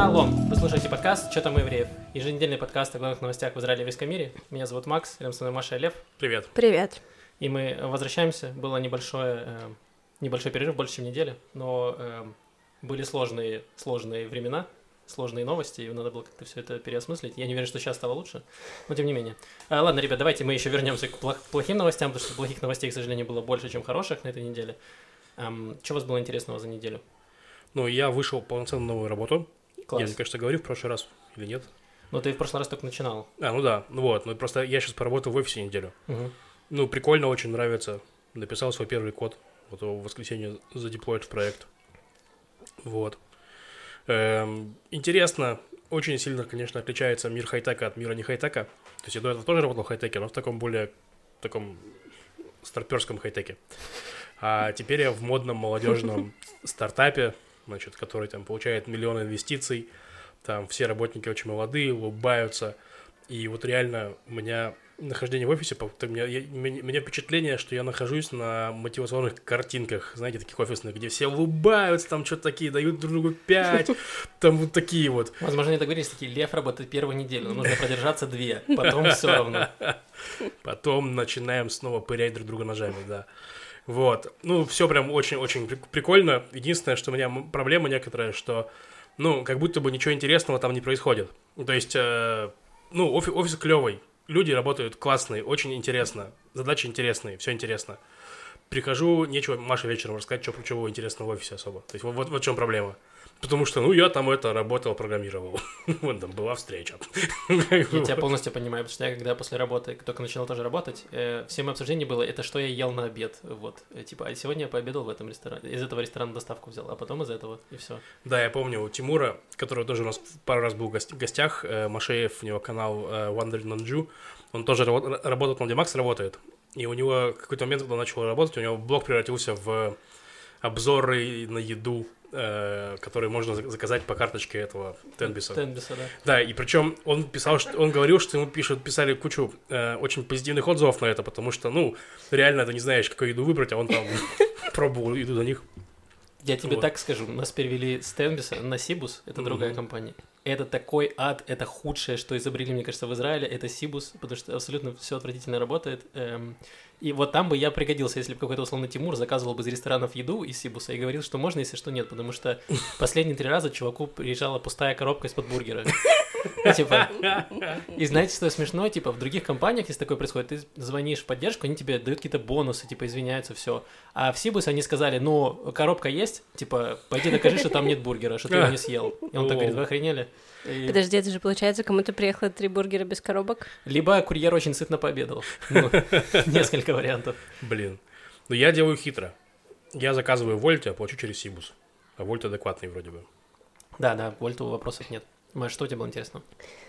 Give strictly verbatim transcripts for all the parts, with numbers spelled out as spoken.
Шалом! Вы слушаете подкаст «Чё там у евреев?» Еженедельный подкаст о главных новостях в Израиле и еврейском мире. Меня зовут Макс, рядом со мной Маша и Лев. Привет. Привет. И мы возвращаемся. Было небольшое, э, небольшой перерыв, больше, чем неделя, но э, были сложные, сложные времена, сложные новости, и надо было как-то все это переосмыслить. Я не уверен, что сейчас стало лучше, но тем не менее. А, ладно, ребят, давайте мы еще вернемся к плох- плохим новостям, потому что плохих новостей, к сожалению, было больше, чем хороших на этой неделе. Эм, что у вас было интересного за неделю? Ну, я вышел полноценно на новую работу. Класс. Я, мне кажется, говорил в прошлый раз или нет. Ну, ты в прошлый раз только начинал. А, ну да, ну вот. Ну, просто я сейчас поработал в офисе неделю. Угу. Ну, прикольно, очень нравится. Написал свой первый код. Вот его в воскресенье задеплоить в проект. Вот. Эм, интересно. Очень сильно, конечно, отличается мир хай-тека от мира не хай-тека. То есть я до этого тоже работал в хай-теке, но в таком более, таком старперском хай-теке. А теперь я в модном молодежном стартапе, значит, который там получает миллионы инвестиций. Там все работники очень молодые, улыбаются. И вот реально у меня нахождение в офисе, у меня, я, у меня впечатление, что я нахожусь на мотивационных картинках, знаете, таких офисных, где все улыбаются, там что-то такие, дают друг другу пять, там вот такие вот. Возможно, они договорились, такие, Лев работает первую неделю, но нужно продержаться две, потом все равно. Потом начинаем снова пырять друг друга ножами, да. Вот, ну, все прям очень-очень прикольно. Единственное, что у меня проблема некоторая, что, ну, как будто бы ничего интересного там не происходит. То есть, э, ну, офис, офис клевый, люди работают классные, очень интересно, задачи интересные, все интересно. Прихожу, нечего Маше вечером рассказать, что, чего интересного в офисе особо. То есть, вот, вот в чем проблема. Потому что, ну, я там это работал, программировал. Вот там была встреча. Я тебя полностью понимаю, потому что я, когда после работы только начинал тоже работать, э, все мои обсуждения было, это что я ел на обед, вот. Э, типа, а сегодня я пообедал в этом ресторане, из этого ресторана доставку взял, а потом из этого, и все. Да, я помню у Тимура, который тоже у нас пару раз был в гостях, гостях э, Машеев, у него канал э, Wandering on Jew, он тоже работ, работал там, где Макс работает, и у него в какой-то момент, когда он начал работать, у него блог превратился в обзоры на еду, который можно заказать по карточке этого Тенбиса. Тенбиса, да. Да, и причем он писал, что он говорил, что ему пишут, писали кучу э, очень позитивных отзывов на это, потому что, ну, реально ты не знаешь, какую еду выбрать, а он там пробовал еду за них. Я тебе вот так скажу, нас перевели с Тенбиса на Сибус, это mm-hmm. другая компания. Это такой ад, это худшее, что изобрели, мне кажется, в Израиле, это Сибус, потому что абсолютно все отвратительно работает. Эм, и вот там бы я пригодился, если бы какой-то условный Тимур заказывал бы из ресторанов еду из Сибуса и говорил, что можно, если что нет, потому что последние три раза чуваку приезжала пустая коробка из-под бургера. Типа, и знаете, что смешно? Типа, в других компаниях, если такое происходит, ты звонишь в поддержку, они тебе дают какие-то бонусы, типа, извиняются, все. А в Сибус они сказали, ну, коробка есть, типа, пойди докажи, что там нет бургера, что ты его не съел. И он так говорит, вы охренели? И... Подожди, это же получается, кому-то приехало три бургера без коробок? Либо курьер очень сытно пообедал. Ну, несколько вариантов. Блин. Ну, я делаю хитро. Я заказываю в Вольте, а плачу через Сибус. А Вольт адекватный вроде бы. Да, да, к Вольту вопросов нет. Маш, что тебе было интересно?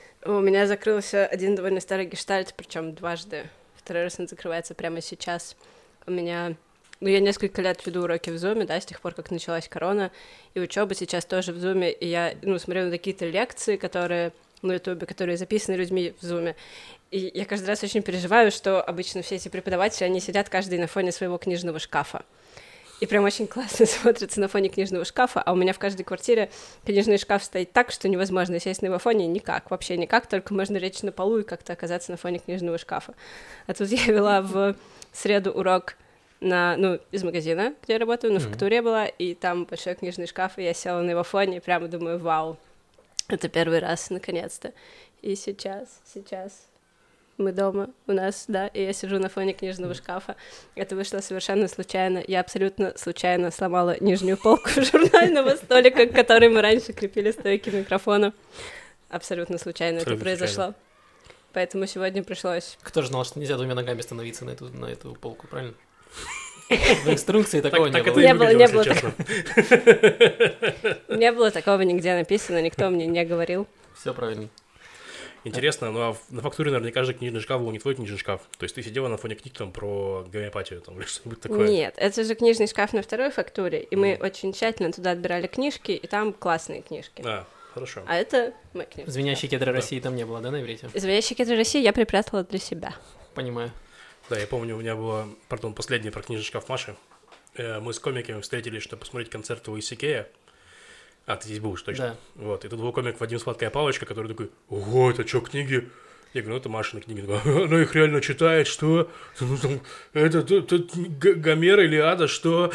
У меня закрылся один довольно старый гештальт, причем дважды. Второй раз он закрывается прямо сейчас. У меня... Ну, я несколько лет веду уроки в Zoom, да, с тех пор, как началась корона, и учеба сейчас тоже в Zoom, и я, ну, смотрю на какие-то лекции, которые на Ютубе, которые записаны людьми в Zoom, и я каждый раз очень переживаю, что обычно все эти преподаватели, они сидят каждый на фоне своего книжного шкафа, и прям очень классно смотрится на фоне книжного шкафа, а у меня в каждой квартире книжный шкаф стоит так, что невозможно сесть на его фоне никак, вообще никак, только можно лечь на полу и как-то оказаться на фоне книжного шкафа. А тут я вела в среду урок на, ну, из магазина, где я работаю, на mm-hmm. фактуре была, и там большой книжный шкаф, и я села на его фоне, и прямо думаю, вау, это первый раз, наконец-то. И сейчас, сейчас мы дома у нас, да, и я сижу на фоне книжного mm-hmm. шкафа. Это вышло совершенно случайно. Я абсолютно случайно сломала нижнюю полку журнального столика, к которой мы раньше крепили стойки микрофона. Абсолютно случайно это произошло. Поэтому сегодня пришлось... Кто же знал, что нельзя двумя ногами становиться на эту, на эту полку, правильно? В инструкции такого не было. Не было, не было такого. Не было такого нигде написано, никто мне не говорил. Все правильно. Интересно, ну а на фактуре наверняка же книжный шкаф был не твой книжный шкаф. То есть ты сидела на фоне книг там про гомеопатию там или что-нибудь такое? Нет, это же книжный шкаф на второй фактуре, и мы очень тщательно туда отбирали книжки, и там классные книжки. А, хорошо. А это мой книжный «Звенящие кедры России» там не было, да, на иврите? «Звенящие кедры России» я припрятала для себя. Понимаю. Да, я помню, у меня было, пардон, последний про книжный шкаф Маши. Мы с комиками встретились, чтобы посмотреть концерт у Исикея. А, ты здесь будешь, точно? Да. Вот, и тут был комик Вадим Сладкая Палочка, который такой, ого, это что, книги? Я говорю, ну это Машины книги. Она их реально читает, что? Ну, там, это, это, это Гомер, Илиада, что?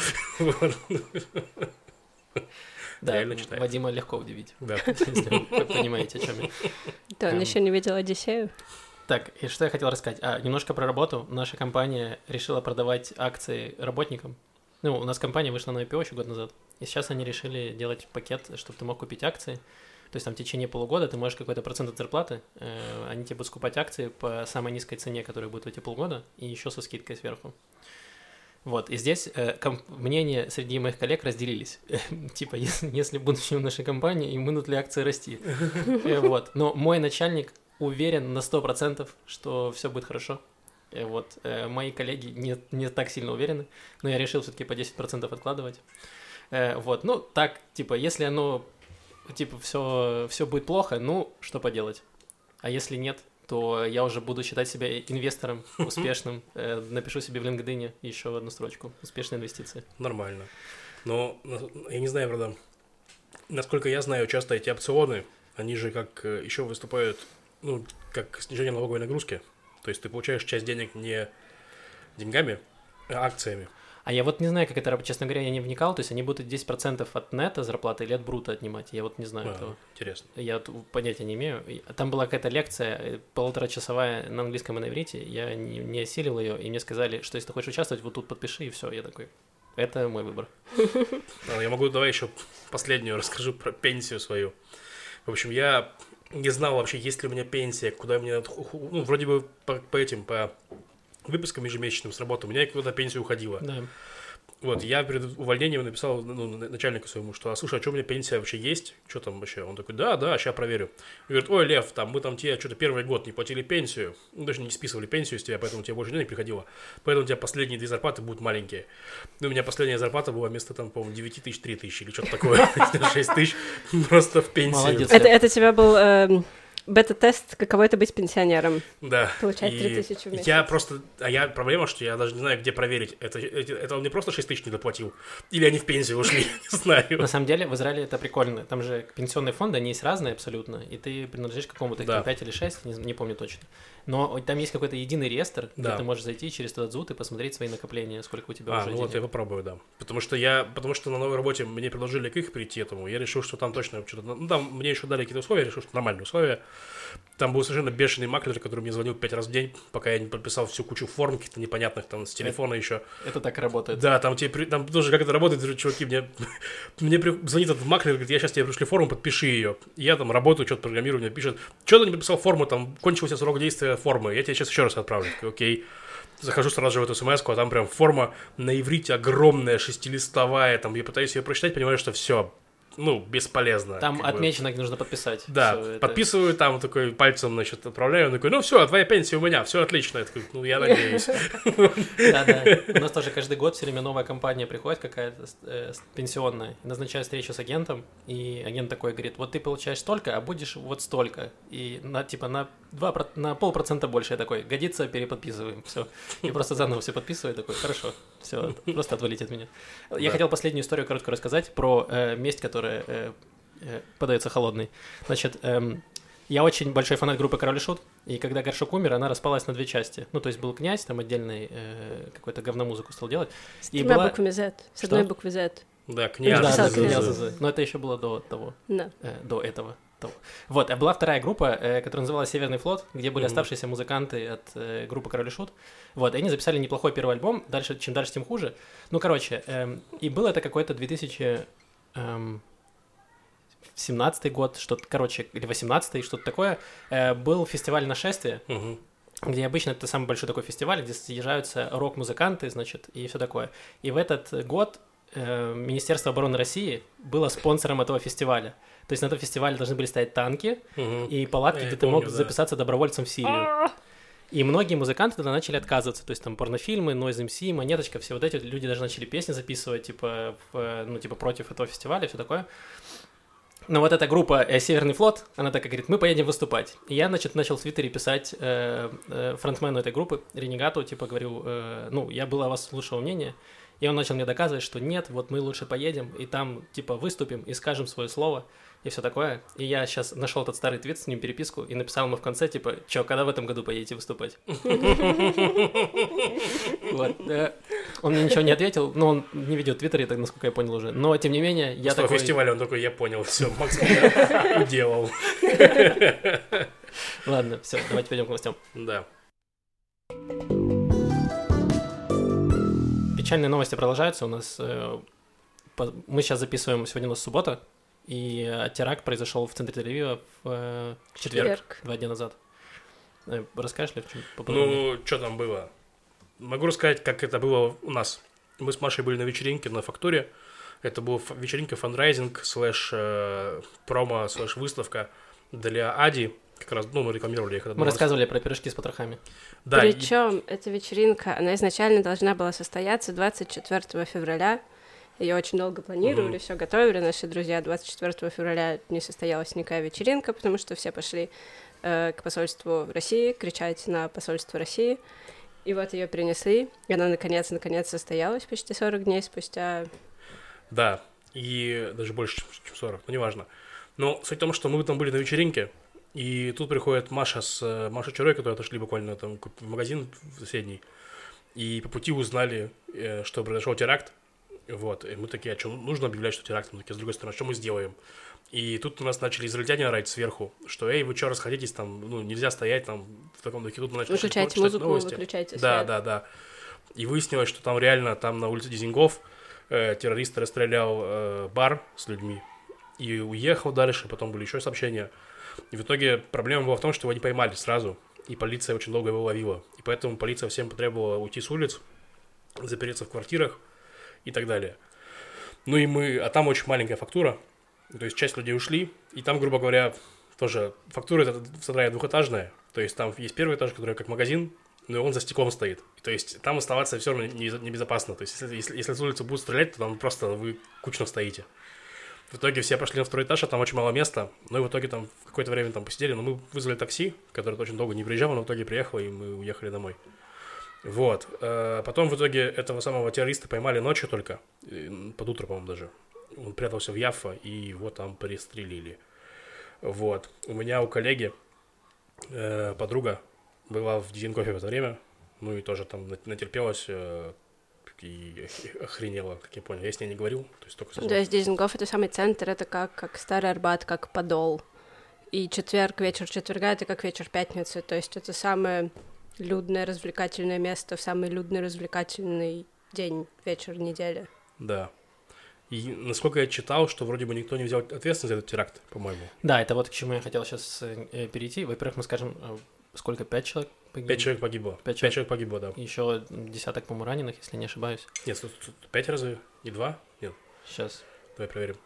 Да, реально читает. Вадима легко удивить. Да. Если вы понимаете, о чем я. Да, он еще не видел «Одиссею». Так, и что я хотел рассказать? А, немножко про работу. Наша компания решила продавать акции работникам. Ну, у нас компания вышла на ай пи о еще год назад. И сейчас они решили делать пакет, чтобы ты мог купить акции. То есть там в течение полугода ты можешь какой-то процент от зарплаты, э, они тебе будут скупать акции по самой низкой цене, которая будет в эти полгода, и еще со скидкой сверху. Вот, и здесь э, ком- мнения среди моих коллег разделились. Типа, если, если в будущем нашей компании, им будут ли акции расти. Э, вот, но мой начальник уверен на сто процентов, что все будет хорошо. Э, вот, э, мои коллеги не, не так сильно уверены, но я решил все-таки по десять процентов откладывать. Э, вот, ну, так, типа, если оно... Типа, все, все будет плохо, ну, что поделать. А если нет, то я уже буду считать себя инвестором успешным. Напишу себе в LinkedIn еще одну строчку. Успешные инвестиции. Нормально. Но я не знаю, правда, насколько я знаю, часто эти опционы, они же как еще выступают, ну, как снижение налоговой нагрузки. То есть ты получаешь часть денег не деньгами, а акциями. А я вот не знаю, как это работает. Честно говоря, я не вникал. То есть они будут десять процентов от нета зарплаты или от брута отнимать. Я вот не знаю а, этого. Интересно. Я понятия не имею. Там была какая-то лекция, полуторачасовая на английском и на иврите. Я не, не осилил ее, и мне сказали, что если ты хочешь участвовать, вот тут подпиши, и все. Я такой, это мой выбор. Я могу, давай еще последнюю расскажу про пенсию свою. В общем, я не знал вообще, есть ли у меня пенсия, куда мне... Ну, вроде бы по, по этим, по... выпускам ежемесячным с работы, у меня куда-то пенсия уходила. Да. Вот, я перед увольнением написал ну, начальнику своему, что, а слушай, а что у меня пенсия вообще есть? Что там вообще? Он такой, да, да, сейчас проверю. И говорит, ой, Лев, там мы там тебе что-то первый год не платили пенсию, ну, точнее, не списывали пенсию с тебя, поэтому тебе больше денег приходило, поэтому у тебя последние две зарплаты будут маленькие. Ну, у меня последняя зарплата была вместо, там, по-моему, девять тысяч, три тысячи или что-то такое, шесть тысяч просто в пенсию. Молодец. Это, это у тебя был... Э... Бета-тест, каково это быть пенсионером. Да. Получать три тысячи в месяц. Я просто... А я... Проблема, что я даже не знаю, где проверить. Это, это, это он мне просто шесть тысяч не доплатил? Или они в пенсию ушли? Не знаю. На самом деле, в Израиле это прикольно. Там же пенсионные фонды, они есть разные абсолютно. И ты принадлежишь к какому-то, да. пять или шесть, не, не помню точно. Но там есть какой-то единый реестр, да. где ты можешь зайти через этот зуд и посмотреть свои накопления, сколько у тебя а, уже ну денег. вот я попробую, да. Потому что я... Потому что на новой работе мне предложили к их прийти этому. Я решил, что там точно что-то... Ну, там мне еще дали какие-то условия, я решил, что нормальные условия. Там был совершенно бешеный маклер, который мне звонил пять раз в день, пока я не подписал всю кучу форм каких-то непонятных, там, с телефона это, еще. Это так и работает. Да, там тебе, там тоже как это работает, чуваки, мне, мне звонит этот маклер, говорит, я сейчас тебе пришли форму, подпиши ее. Я там работаю, что-то программирую, мне пишет, что ты не подписал форму, там, кончился срок действия формы, я тебе сейчас еще раз отправлю. Такой, окей. Захожу сразу же в эту смс-ку, а там прям форма на иврите огромная, шестилистовая, там, я пытаюсь ее прочитать, понимаю, что все. Ну, бесполезно. Там отмечено, где нужно подписать. Да, всё подписываю, это... там такой пальцем, значит, отправляю, он такой, ну все, твоя пенсия у меня, все отлично. Я такой, ну, я надеюсь. Да-да, у нас тоже каждый год все время новая компания приходит какая-то пенсионная, назначает встречу с агентом, и агент такой говорит, вот ты получаешь столько, а будешь вот столько. И на, типа на, два, на полпроцента больше. Я такой, годится, переподписываем, все. И просто заново все подписываю, такой, хорошо, все, просто отвалите от меня. Я хотел последнюю историю коротко рассказать про месть, которая Э, э, подается холодной. Значит, эм, я очень большой фанат группы Король и Шут, и когда Горшок умер, она распалась на две части. Ну, то есть был князь, там отдельный э, какой-то говномузыку стал делать. С и двумя была... буквами Z, с Что? одной буквы Z. Да, князь. Да, да, Z. князь Z. Но это еще было до того. Да. Э, до этого. Того. Вот, а была вторая группа, э, которая называлась «Северный флот», где были mm-hmm. оставшиеся музыканты от э, группы «Король и Шут». Вот, и они записали неплохой первый альбом, дальше, чем дальше, тем хуже. Ну, короче, э, и было это какой-то две тысячи... Э, семнадцатый год, что-то, короче, или восемнадцатый, что-то такое, э, был фестиваль «Нашествие», угу. где обычно это самый большой такой фестиваль, где съезжаются рок-музыканты, значит, и все такое. И в этот год э, Министерство обороны России было спонсором этого фестиваля. То есть на этом фестивале должны были стоять танки угу. и палатки, Я где помню, ты мог да. записаться добровольцем в Сирию. И многие музыканты тогда начали отказываться, то есть там порнофильмы, Noise эм си, Монеточка, все вот эти люди даже начали песни записывать, типа, в, ну, типа против этого фестиваля и все такое. Но вот эта группа э, «Северный флот», она такая говорит, мы поедем выступать. И я, значит, начал в Твиттере писать э, э, фронтмену этой группы, Ренегату, типа, говорю, э, ну, я был о вас лучшего мнения, И он начал мне доказывать, что нет, вот мы лучше поедем, и там, типа, выступим и скажем свое слово, и все такое. И я сейчас нашел этот старый твит, с ним переписку, и написал ему в конце, типа, чё, когда в этом году поедете выступать? Вот. Он мне ничего не ответил, но он не ведет в Твиттере, так насколько я понял уже. Но, тем не менее, я такой... такой... фестиваля он такой, я понял, все, Макс меня уделал. Ладно, все, давайте пойдем к новостям. Да. Печальные новости продолжаются. У нас э, по, мы сейчас записываем, сегодня у нас суббота, и э, теракт произошел в центре Тель-Авива в э, четверг, четверг, два дня назад. Э, расскажешь ли в чем поподробнее? Ну, что там было? Могу рассказать, как это было у нас. Мы с Машей были на вечеринке на фактуре. Это была вечеринка фандрайзинг слэш э, промо слэш выставка для Ади. Как раз, ну, мы рекламировали их. Мы рассказывали про пирожки с потрохами. Да. Причем и... эта вечеринка, она изначально должна была состояться двадцать четвёртого февраля. Ее очень долго планировали, mm-hmm. все готовили наши друзья. двадцать четвёртого февраля не состоялась никакая вечеринка, потому что все пошли э, к посольству России, кричать на посольство России. И вот ее принесли, и она наконец, наконец состоялась почти сорок дней спустя. Да, и даже больше, чем сорок, но неважно. Но суть в том, что мы там были на вечеринке, и тут приходит Маша с Машей Чарой, которые отошли буквально там в магазин соседний, и по пути узнали, что произошел теракт. Вот, и мы такие, а что, нужно объявлять, что теракт? Мы такие, с другой стороны, что мы сделаем? И тут у нас начали израильтяне орать сверху, что, эй, вы что, расходитесь, там, ну, нельзя стоять там в таком духе. Тут мы начали выключайте музыку, новости. Выключайте свет. Да, да, да. И выяснилось, что там реально, там на улице Дизингов э, террорист расстрелял э, бар с людьми и уехал дальше, потом были еще сообщения. И в итоге проблема была в том, что его не поймали сразу, и полиция очень долго его ловила. И поэтому полиция всем потребовала уйти с улиц, запереться в квартирах и так далее. Ну и мы... А там очень маленькая фактура, то есть часть людей ушли, и там, грубо говоря, тоже фактура это в Садрае двухэтажная, то есть там есть первый этаж, который как магазин, но он за стеклом стоит. То есть там оставаться все равно небезопасно. То есть если, если, если с улицы будут стрелять, то там просто вы кучно стоите. В итоге все пошли на второй этаж, а там очень мало места. Ну и в итоге там какое-то время там посидели, но мы вызвали такси, которое очень долго не приезжало, но в итоге приехало, и мы уехали домой. Вот. Потом в итоге этого самого террориста поймали ночью только, под утро, по-моему, даже. Он прятался в Яффа, и его там пристрелили. Вот. У меня, у коллеги э, подруга была в Дизингофе в это время, ну и тоже там натерпелась э, и охренела, как я понял. Я с ней не говорил, то есть только со слов. То есть Дизингоф — это самый центр, это как, как Старый Арбат, как Подол. И четверг, вечер четверга — это как вечер пятницы, то есть это самое людное, развлекательное место в самый людный, развлекательный день, вечер недели. Да. И насколько я читал, что вроде бы никто не взял ответственность за этот теракт, по-моему. Да, это вот к чему я хотел сейчас э, перейти. Во-первых, мы скажем, э, сколько, пять человек погибло? Пять человек погибло. Пять человек, пять человек погибло, да. Еще десяток, по-моему, раненых, если не ошибаюсь. Нет, тут, тут пять разве? Не два? Нет. Сейчас. Давай проверим.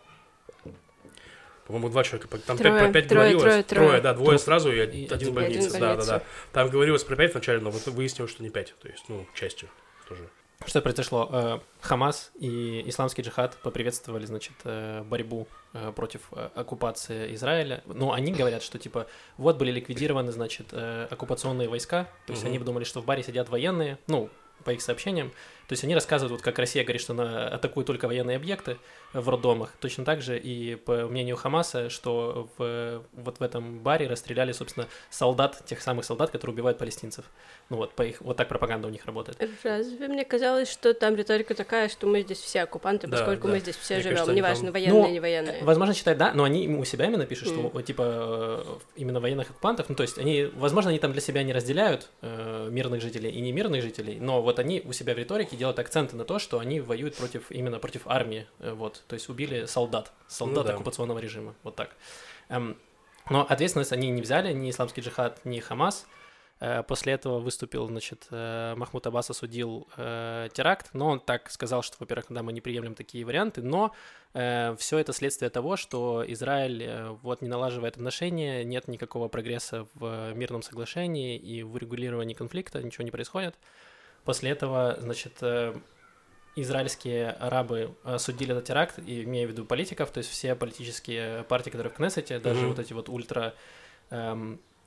По-моему, два человека. Там трое, пять, пять трое, говорилось. Трое, трое. трое, да, двое Труп. сразу и, И один в больнице. Один в да, больнице. да, да. Там говорилось про пять вначале, но вот выяснилось, что не пять. То есть, ну, к счастью, тоже. Что произошло? Хамас и исламский джихад поприветствовали, значит, борьбу против оккупации Израиля. Ну, они говорят, что, типа, вот были ликвидированы, значит, оккупационные войска, то есть угу. они подумали, что в баре сидят военные, ну, по их сообщениям. То есть они рассказывают, вот как Россия говорит, что она атакует только военные объекты в роддомах. Точно так же и по мнению Хамаса, что в, вот в этом баре расстреляли, собственно, солдат, тех самых солдат, которые убивают палестинцев. Ну вот, по их, вот так пропаганда у них работает. Разве мне казалось, что там риторика такая, что мы здесь все оккупанты, да, поскольку да. мы здесь все Мне живем, кажется, неважно, там... военные, ну, не военные. Возможно, считать, да, но они у себя именно пишут, mm. что, типа, именно военных оккупантов, ну, то есть они, возможно, они там для себя не разделяют э, мирных жителей и не мирных жителей, но вот они у себя в риторике делают акценты на то, что они воюют против, именно против армии, э, вот, то есть убили солдат, солдат ну, да. оккупационного режима, вот так. Эм, но ответственность они не взяли, ни исламский джихад, ни Хамас. После этого выступил, значит, Махмуд Аббас осудил э, теракт, но он так сказал, что, во-первых, да, мы не приемлем такие варианты, но э, все это следствие того, что Израиль э, вот не налаживает отношения, нет никакого прогресса в мирном соглашении и в урегулировании конфликта, ничего не происходит. После этого, значит, э, израильские арабы осудили этот теракт, и, имея в виду политиков, то есть все политические партии, которые в Кнессете, даже mm-hmm. вот эти вот ультра... Эм,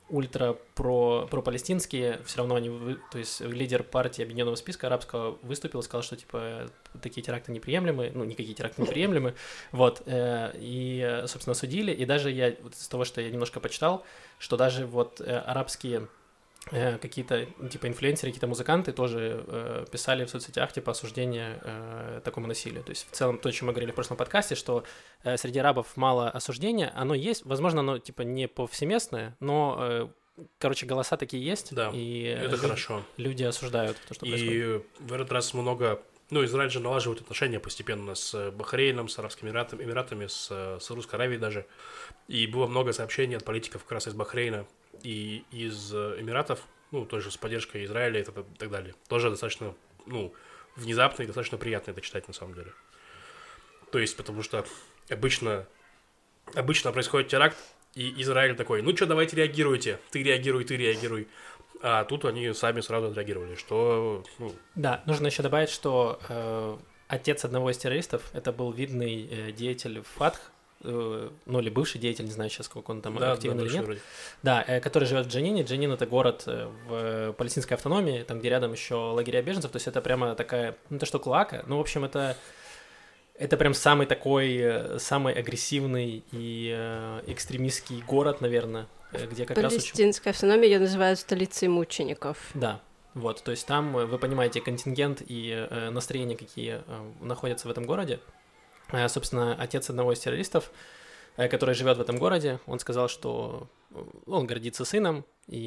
ультра про, про-палестинские, все равно они, вы, то есть лидер партии Объединенного списка арабского выступил и сказал, что типа такие теракты неприемлемы, ну никакие теракты неприемлемы, вот, э, и, собственно, осудили, и даже я, вот из того, что я немножко почитал, что даже вот э, арабские э, какие-то, типа, инфлюенсеры, какие-то музыканты тоже э, писали в соцсетях, типа, осуждение э, такому насилию, то есть в целом то, о чем мы говорили в прошлом подкасте, что э, среди арабов мало осуждения, оно есть, возможно, оно, типа, не повсеместное, но... Э, Короче, голоса такие есть, да, и это люди, хорошо. Люди осуждают то, что и происходит. И в этот раз много... Ну, Израиль же налаживает отношения постепенно с Бахрейном, с Арабскими Эмиратами, Эмиратами с, с Русской Аравией даже. И было много сообщений от политиков как раз из Бахрейна и из Эмиратов, ну, тоже с поддержкой Израиля и так далее. Тоже достаточно, ну, внезапно и достаточно приятно это читать на самом деле. То есть, потому что обычно, обычно происходит теракт, и Израиль такой, ну что, давайте реагируйте, ты реагируй, ты реагируй. А тут они сами сразу отреагировали, что... Ну... Да, нужно еще добавить, что э, отец одного из террористов, это был видный э, деятель ФАТХ, э, ну или бывший деятель, не знаю сейчас, сколько он там да, активен да, или нет. вроде. Да, э, который живет в Джанине. Джанин — это город э, в палестинской автономии, там, где рядом еще лагеря беженцев, то есть это прямо такая, ну то что Клоака, ну в общем это... Это прям самый такой, самый агрессивный и э, экстремистский город, наверное, где как раз... Палестинская автономия ее называют столицей мучеников. Да, вот, то есть там, вы понимаете, контингент и э, настроения, какие э, находятся в этом городе. Э, собственно, отец одного из террористов, э, который живет в этом городе, он сказал, что он гордится сыном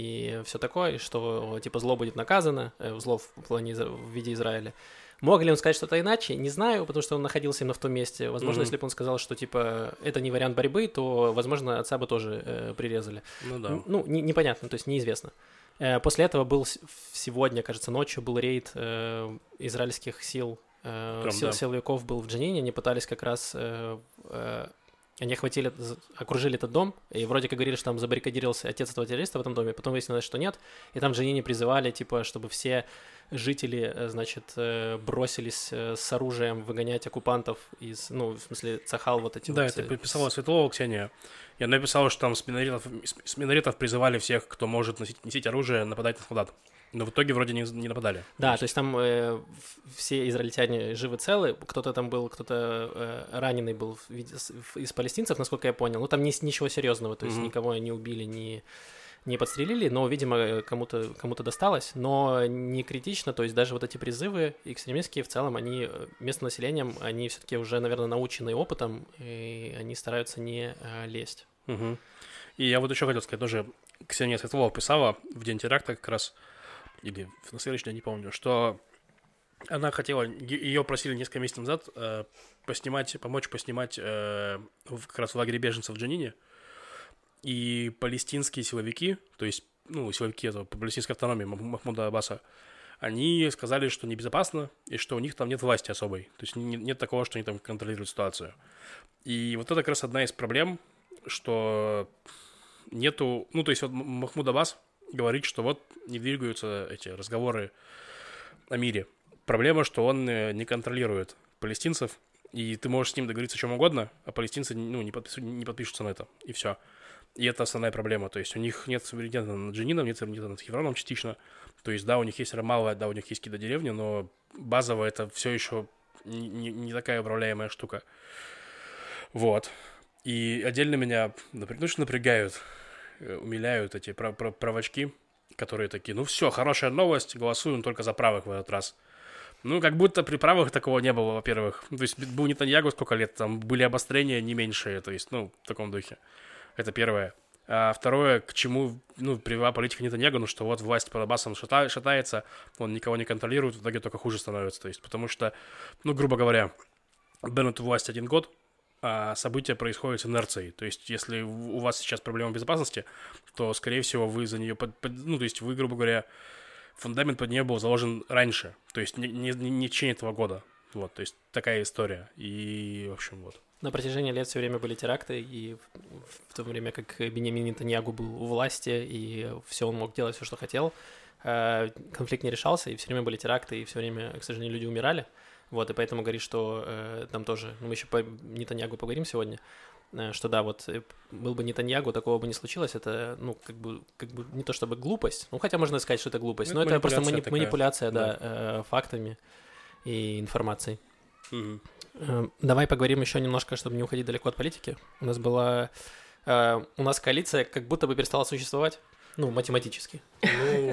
и все такое, и что, типа, зло будет наказано, э, зло в плане в виде Израиля. Мог ли он сказать что-то иначе? Не знаю, потому что он находился именно в том месте. Возможно, mm-hmm. если бы он сказал, что, типа, это не вариант борьбы, то, возможно, отца бы тоже э, прирезали. Ну да. Н- ну, не- непонятно, то есть неизвестно. Э, после этого был сегодня, кажется, ночью был рейд э, израильских сил, э, Прям, сил да. силовиков был в Джанине, они пытались как раз... Э, э, Они охватили, окружили этот дом, и вроде как говорили, что там забаррикадировался отец этого террориста в этом доме, потом выяснилось, что нет, и там в Джанине призывали, типа, чтобы все жители, значит, бросились с оружием выгонять оккупантов из, ну, в смысле, Цахал вот эти да, вот... Да, это писала Светлова Ксения. Я написала, что там с минаретов, с минаретов призывали всех, кто может носить, носить оружие, нападать на солдат. Но в итоге вроде не, не нападали. Да, то есть там э, все израильтяне живы целы, кто-то там был, кто-то э, раненый был в виде, в, из палестинцев, насколько я понял. Ну, там не, ничего серьезного, то есть mm-hmm. никого не убили, не, не подстрелили, но, видимо, кому-то, кому-то досталось, но не критично, то есть даже вот эти призывы экстремистские в целом, они местным населением, они все-таки уже, наверное, научены опытом, и они стараются не э, лезть. Mm-hmm. И я вот еще хотел сказать, тоже Ксения Светлова писала в день теракта как раз, или на следующий день, не помню, что она хотела, ее просили несколько месяцев назад э, поснимать, помочь поснимать э, в, как раз в лагере беженцев в Джанине, и палестинские силовики, то есть, ну, силовики этого палестинской автономии Махмуда Аббаса, они сказали, что небезопасно, и что у них там нет власти особой, то есть нет, нет такого, что они там контролируют ситуацию. И вот это как раз одна из проблем, что нету, ну, то есть вот Махмуд Аббас говорит, что вот не двигаются эти разговоры о мире. Проблема, что он не контролирует палестинцев, и ты можешь с ним договориться о чем угодно, а палестинцы, ну, не, подпис... не подпишутся на это, и все. И это основная проблема. То есть у них нет суверенитета над Джанином, нет суверенитета над Хевроном частично. То есть да, у них есть Рамалла, да, у них есть какие-то деревни, но базово это все еще не, не, не такая управляемая штука. Вот. И отдельно меня, ну, что напрягают, умиляют эти правочки, которые такие, ну все, хорошая новость, голосуем только за правых в этот раз. Ну, как будто при правых такого не было, во-первых. То есть был Нетаньягу сколько лет, там были обострения не меньшие, то есть, ну, в таком духе. Это первое. А второе, к чему, ну, привела политика Нетаньягу, ну, что вот власть под Аббасом шата, шатается, он никого не контролирует, в итоге только хуже становится. То есть, потому что, ну, грубо говоря, Беннет власть один год, а события происходят с инерцией. То есть, если у вас сейчас проблема безопасности, то, скорее всего, вы за нее... Под, под, ну, то есть, вы, грубо говоря, фундамент под нее был заложен раньше. То есть, не, не, не в течение этого года. Вот, то есть, такая история. И, в общем, вот. На протяжении лет все время были теракты, и в, в то время как Беньямин Нетаньягу был у власти, и все он мог делать, все, что хотел, конфликт не решался, и все время были теракты, и все время, к сожалению, люди умирали. Вот, и поэтому говорит, что э, там тоже, ну, мы еще по Нетаньягу поговорим сегодня, что да, вот был бы Нетаньягу, такого бы не случилось, это, ну, как бы, как бы не то чтобы глупость, ну, хотя можно сказать, что это глупость, но это, это просто мани- манипуляция, да, да. Э, фактами и информацией. Угу. Э, давай поговорим еще немножко, чтобы не уходить далеко от политики. У нас была, э, у нас коалиция как будто бы перестала существовать, ну, математически. Ну...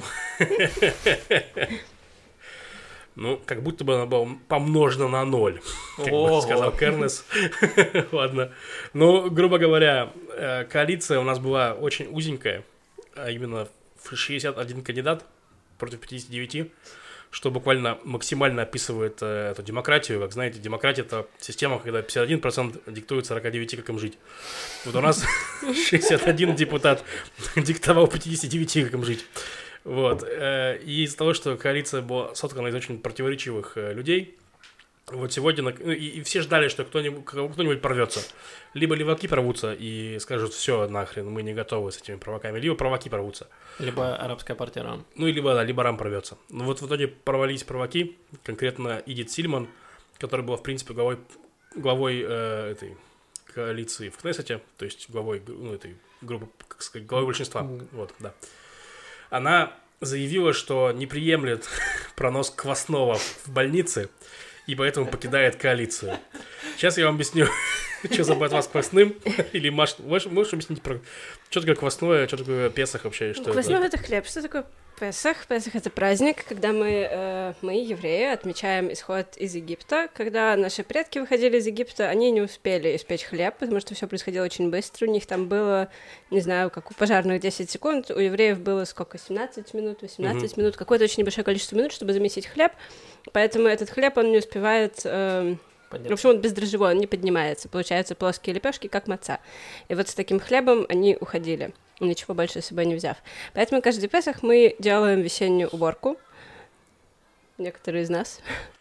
Ну, как будто бы она была помножена на ноль, как бы сказал Кернес. Ладно. Ну, грубо говоря, коалиция у нас была очень узенькая, а именно шестьдесят один кандидат против пятьдесят девять, что буквально максимально описывает э, эту демократию. Как знаете, демократия — это система, когда пятьдесят один процент диктует сорок девять, как им жить. Вот у нас шестьдесят один депутат диктовал пятьдесят девять, как им жить. Вот. И из-за того, что коалиция была соткана из очень противоречивых людей, вот сегодня, и, и все ждали, что кто-нибудь, кто-нибудь порвется. Либо леваки порвутся и скажут: все, нахрен, мы не готовы с этими провоками. Либо провоки порвутся. Либо арабская партия РАМ. Ну, и либо, да, либо РАМ порвется. Ну, вот в итоге порвались провоки, конкретно Идит Сильман, которая была, в принципе, главой, главой э, этой коалиции в Кнессете, то есть главой, ну, этой группы, как сказать, главой большинства. Mm. Вот, да. Она заявила, что не приемлет пронос квасного в больнице, и поэтому покидает коалицию. Сейчас я вам объясню, что за от вас квасным. Или, Маш, можешь, можешь объяснить, про что такое квасное, что такое Песах вообще? Что Квасное — это хлеб. Что такое Песах? Песах — это праздник, когда мы, э, мы, евреи, отмечаем исход из Египта. Когда наши предки выходили из Египта, они не успели испечь хлеб, потому что все происходило очень быстро. У них там было, не знаю, как у пожарных десять секунд, у евреев было сколько, семнадцать минут, восемнадцать mm-hmm. минут, какое-то очень небольшое количество минут, чтобы замесить хлеб. Поэтому этот хлеб, он не успевает... Э, в общем, он бездрожжевой, он не поднимается. Получаются плоские лепешки, как маца. И вот с таким хлебом они уходили, ничего больше с собой не взяв. Поэтому каждый Песах мы делаем весеннюю уборку. Некоторые из нас.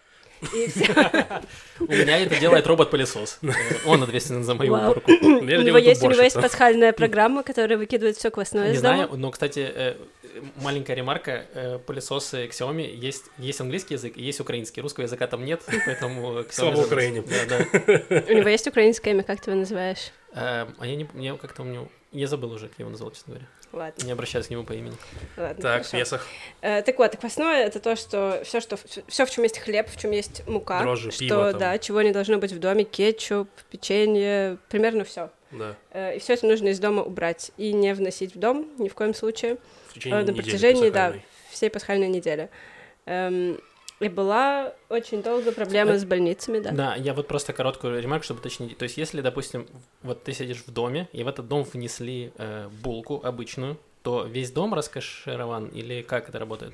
У меня это делает робот-пылесос. Он ответственен за мою уборку. У него есть пасхальная программа, которая выкидывает все квасное из дома. Не знаю, но, кстати, маленькая ремарка: пылесосы Xiaomi есть, есть английский язык и есть украинский. Русского языка там нет, поэтому... Слава Украине. У него есть украинское имя, как ты его называешь? А я не... Я как-то у меня... Я забыл уже, как я его назвал, честно говоря. Ладно. Не обращаюсь к нему по имени. Ладно, так, в Песах. Э, так вот, квасное — это то, что все, что все, в чем есть хлеб, в чем есть мука, дрожжи, что, пиво, там. Да, чего не должно быть в доме, кетчуп, печенье, примерно все. Да. Э, и все это нужно из дома убрать и не вносить в дом ни в коем случае. В течение э, на недели протяжении, пасхальной. Да, всей пасхальной недели. Эм, И была очень долго проблема а, с больницами, да. Да, я вот просто короткую ремарку, чтобы уточнить. То есть, если, допустим, вот ты сидишь в доме, и в этот дом внесли э, булку обычную, то весь дом раскошерован, или как это работает?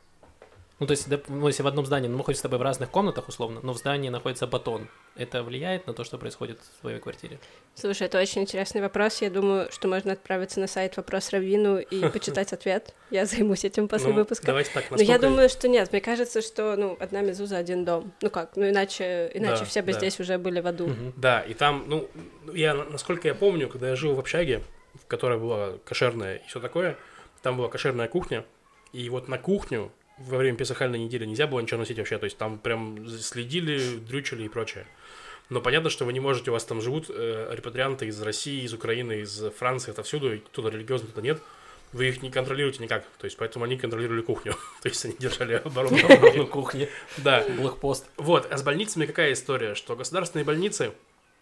Ну, то есть, ну, если в одном здании, ну, мы ходим с тобой в разных комнатах, условно, но в здании находится батон, это влияет на то, что происходит в твоей квартире? Слушай, это очень интересный вопрос. Я думаю, что можно отправиться на сайт «Вопрос Раввину» и почитать ответ. Я займусь этим после ну, выпуска. Давайте так, насколько... Но я думаю, что нет. Мне кажется, что, ну, одна мезуза, один дом. Ну как, ну иначе, иначе да, все бы да. здесь уже были в аду. Угу. Да, и там, ну, я, насколько я помню, когда я жил в общаге, в которой была кошерная и все такое, там была кошерная кухня, и вот на кухню во время пасхальной недели нельзя было ничего носить вообще, то есть там прям следили, дрючили и прочее. Но понятно, что вы не можете, у вас там живут э, репатрианты из России, из Украины, из Франции, отовсюду, и туда религиозных-то нет, вы их не контролируете никак, то есть поэтому они контролировали кухню, то есть они держали оборону на кухне. Да. Блокпост. Вот, а с больницами какая история, что государственные больницы,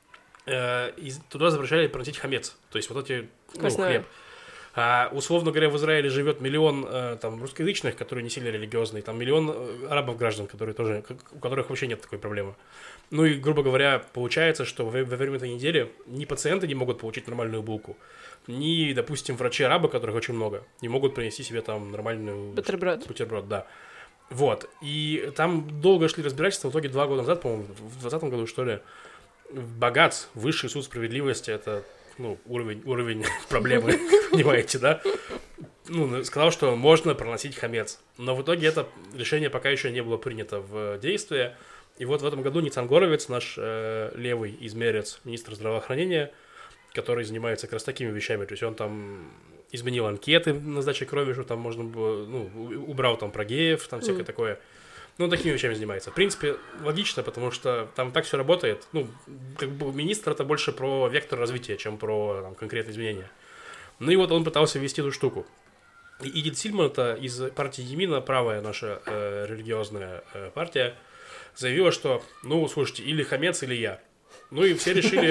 э, туда запрещали проносить хамец, то есть вот эти, ну, хлеб. А, условно говоря, в Израиле живет миллион э, там, русскоязычных, которые не сильно религиозные, там миллион э, арабов-граждан, которые тоже, у которых вообще нет такой проблемы. Ну и, грубо говоря, получается, что во, во время этой недели ни пациенты не могут получить нормальную булку, ни, допустим, врачи-арабы, которых очень много, не могут принести себе там нормальную... Бутерброд. Бутерброд, да. Вот. И там долго шли разбирательства, в итоге два года назад, по-моему, в двадцатом году, что ли, Багац, высший суд справедливости, это... ну, уровень, уровень проблемы, понимаете, да? Ну, сказал, что можно проносить хамец. Но в итоге это решение пока еще не было принято в действие. И вот в этом году Ницан Горовец, наш э, левый измерец, министр здравоохранения, который занимается как раз такими вещами, то есть он там изменил анкеты на сдаче крови, что там можно было, ну, убрал там про геев, там всякое mm. такое. Ну, такими вещами занимается. В принципе, логично, потому что там так все работает. Ну, как бы министр это больше про вектор развития, чем про там, конкретные изменения. Ну и вот он пытался ввести эту штуку. И Идит Сильман, это из партии Ямина, правая наша э, религиозная э, партия, заявила, что, ну, слушайте, или хамец, или я. Ну и все решили...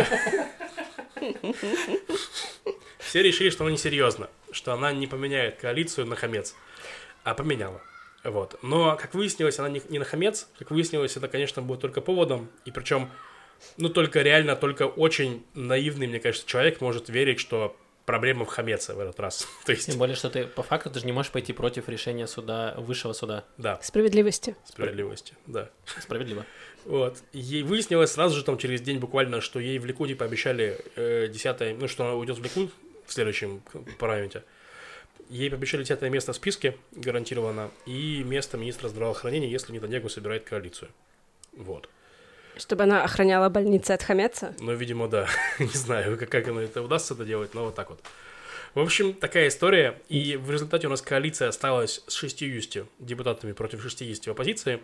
Все решили, что она несерьезно, что она не поменяет коалицию на хамец, а поменяла. Вот. Но, как выяснилось, она не, не на хамец. Как выяснилось, это, конечно, будет только поводом. И причем, ну, только реально, только очень наивный, мне кажется, человек может верить, что проблема в хамеце в этот раз. То есть... Тем более, что ты по факту даже не можешь пойти против решения суда, высшего суда. Да. Справедливости. Справедливости, да. Справедливо. Вот. Ей выяснилось сразу же, там, через день буквально, что ей в Ликуде пообещали э, десятое, ну, что она уйдет в Ликуд в следующем парламенте. Ей пообещали десятое место в списке, гарантированно, и место министра здравоохранения, если Нетаньяху собирает коалицию. Вот. Чтобы она охраняла больницы от хамеца? Ну, видимо, да. Не знаю, как, как она это удастся это делать, но вот так вот. В общем, такая история. И в результате у нас коалиция осталась с шестьюдесятью депутатами против шестидесяти в оппозиции.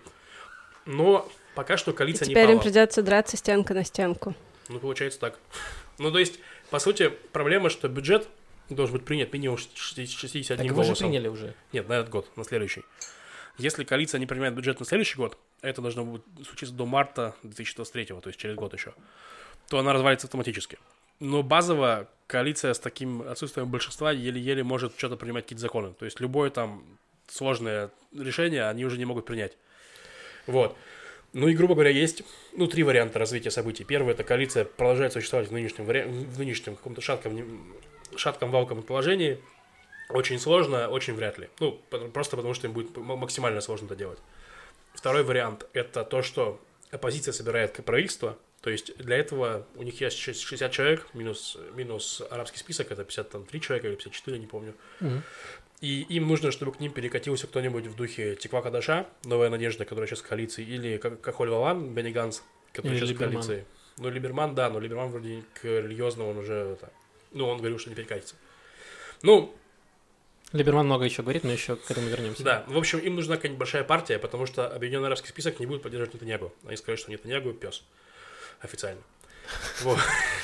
Но пока что коалиция и не пала. теперь им придется драться стенка на стенку. Ну, получается так. Ну, то есть, по сути, проблема, что бюджет должен быть принят минимум шестьдесят одним так вы голосом. же приняли уже. Нет, на этот год, на следующий. Если коалиция не принимает бюджет на следующий год, это должно будет случиться до марта две тысячи двадцать третьего, то есть через год еще, то она развалится автоматически. Но базово коалиция с таким отсутствием большинства еле-еле может что-то принимать, какие-то законы. То есть любое там сложное решение они уже не могут принять. Вот. Ну и, грубо говоря, есть, ну, три варианта развития событий. Первый – это коалиция продолжает существовать в нынешнем, вари... в нынешнем каком-то шатком, шатком-валком положении. Очень сложно, очень вряд ли. Ну, просто потому что им будет максимально сложно это делать. Второй вариант – это то, что оппозиция собирает правительство. То есть для этого у них есть шестьдесят человек, минус, минус арабский список, это пятьдесят три человека или пятьдесят четыре, не помню. Mm-hmm. И им нужно, чтобы к ним перекатился кто-нибудь в духе Тиква Кадаша, Новая Надежда, которая сейчас в коалиции, или Кахоль Валан, Бенни Ганс, который или сейчас Либерман. В коалиции. Ну, Либерман, да, но Либерман вроде к религиозному он уже, это, ну, он говорил, что не перекатится. Ну, Либерман много еще говорит, но еще к этому вернемся. Да, в общем, им нужна какая-нибудь большая партия, потому что Объединенный арабский список не будет поддерживать Нетаньяху. Они скажут, что Нетаньяху пес. Официально. Вот.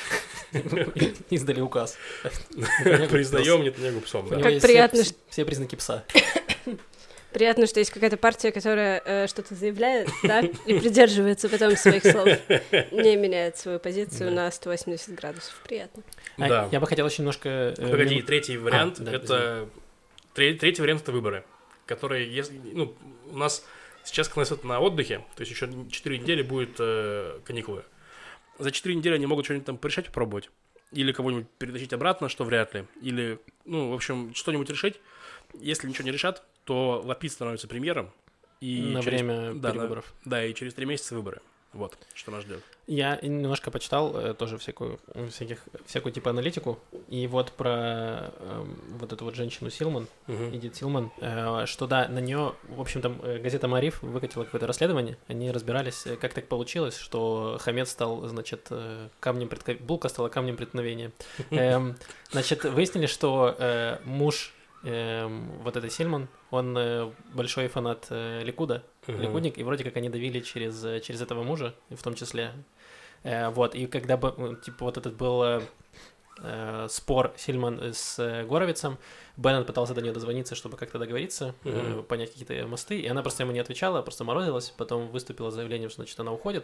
Издали указ. Признаем Нетаньяху псом. Как приятно, что... Все признаки пса. Приятно, что есть какая-то партия, которая э, что-то заявляет, да, и придерживается потом своих слов, не меняет свою позицию на сто восемьдесят градусов. Приятно. Да. Я бы хотел еще немножко... Погоди, третий вариант, это... Третий вариант — это выборы, которые, если, ну, у нас сейчас Кнессет на отдыхе, то есть еще четыре недели будет э, каникулы. За четыре недели они могут что-нибудь там порешать, попробовать. Или кого-нибудь перетащить обратно, что вряд ли. Или, ну, в общем, что-нибудь решить. Если ничего не решат, то Лапид становится премьером. И на через, время да, перевыборов. На, да, и через три месяца выборы. Вот, что нас ждет. Я немножко почитал э, тоже всякую, всяких, всякую типа аналитику, и вот про э, вот эту вот женщину Силман, uh-huh. Идит Силман, э, что да, на нее, в общем-то, газета «Маариф» выкатила какое-то расследование, они разбирались, как так получилось, что хамец стал, значит, камнем преткновения, булка стала камнем преткновения. Э, значит, выяснили, что э, муж э, вот этой Силман, он э, большой фанат э, Ликуда, uh-huh. ликудник, и вроде как они давили через, через этого мужа, в том числе. Э, вот, и когда бы, типа, вот этот был э, спор Сильман с э, Горовицем, Беннет пытался до нее дозвониться, чтобы как-то договориться, uh-huh. э, понять какие-то мосты, и она просто ему не отвечала, просто морозилась, потом выступила с заявлением, что, значит, она уходит.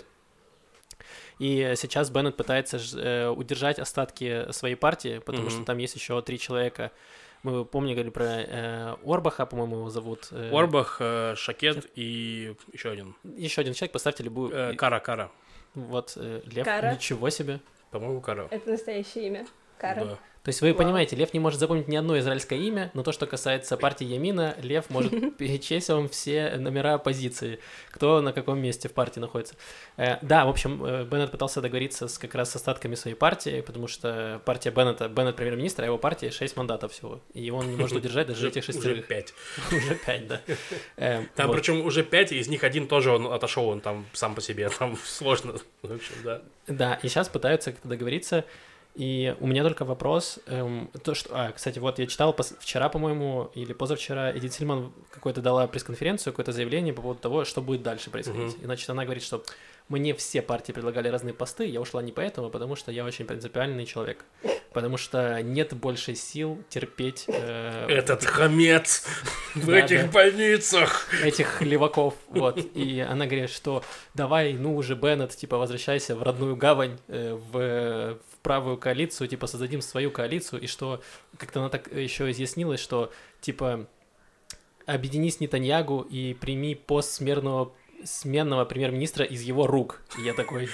И сейчас Беннет пытается э, удержать остатки своей партии, потому uh-huh. что там есть еще три человека. Мы, помню, говорили про э, Орбаха, по-моему, его зовут. Э, Орбах, э, Шакет и еще один. Еще один человек, поставьте любую... Э, Кара, Кара. Вот, э, Лев, Кара. Ничего себе. По-моему, Кара. Это настоящее имя. Кара. Да. То есть вы Вау. понимаете, Лев не может запомнить ни одно израильское имя, но то, что касается партии Ямина, Лев может перечесть вам все номера оппозиции, кто на каком месте в партии находится. Э, да, в общем, Беннет пытался договориться с, как раз с остатками своей партии, потому что партия Беннета, Беннет премьер-министр, а его партия шесть мандатов всего, и он не может удержать даже этих шестерых. Уже пять. Уже пять, да. Там причем уже пять, из них один тоже он отошел, он там сам по себе, там сложно. В общем, да. Да, и сейчас пытаются как-то договориться. И у меня только вопрос, эм, то, что... А, кстати, вот я читал пос... вчера, по-моему, или позавчера, Эдит Сильман какой-то дала пресс-конференцию, какое-то заявление по поводу того, что будет дальше происходить. Uh-huh. И, значит, она говорит, что мне все партии предлагали разные посты, я ушла не поэтому, потому что я очень принципиальный человек. Потому что нет больше сил терпеть... Э, Этот хамец в этих больницах! Этих леваков, вот. И она говорит, что давай, ну уже, Беннет, типа, возвращайся в родную гавань, э, в, в правую коалицию, типа, создадим свою коалицию, и что, как-то она так еще изъяснилась, что, типа, объединись Нетаньягу и прими пост смертного сменного премьер-министра из его рук. И я такой...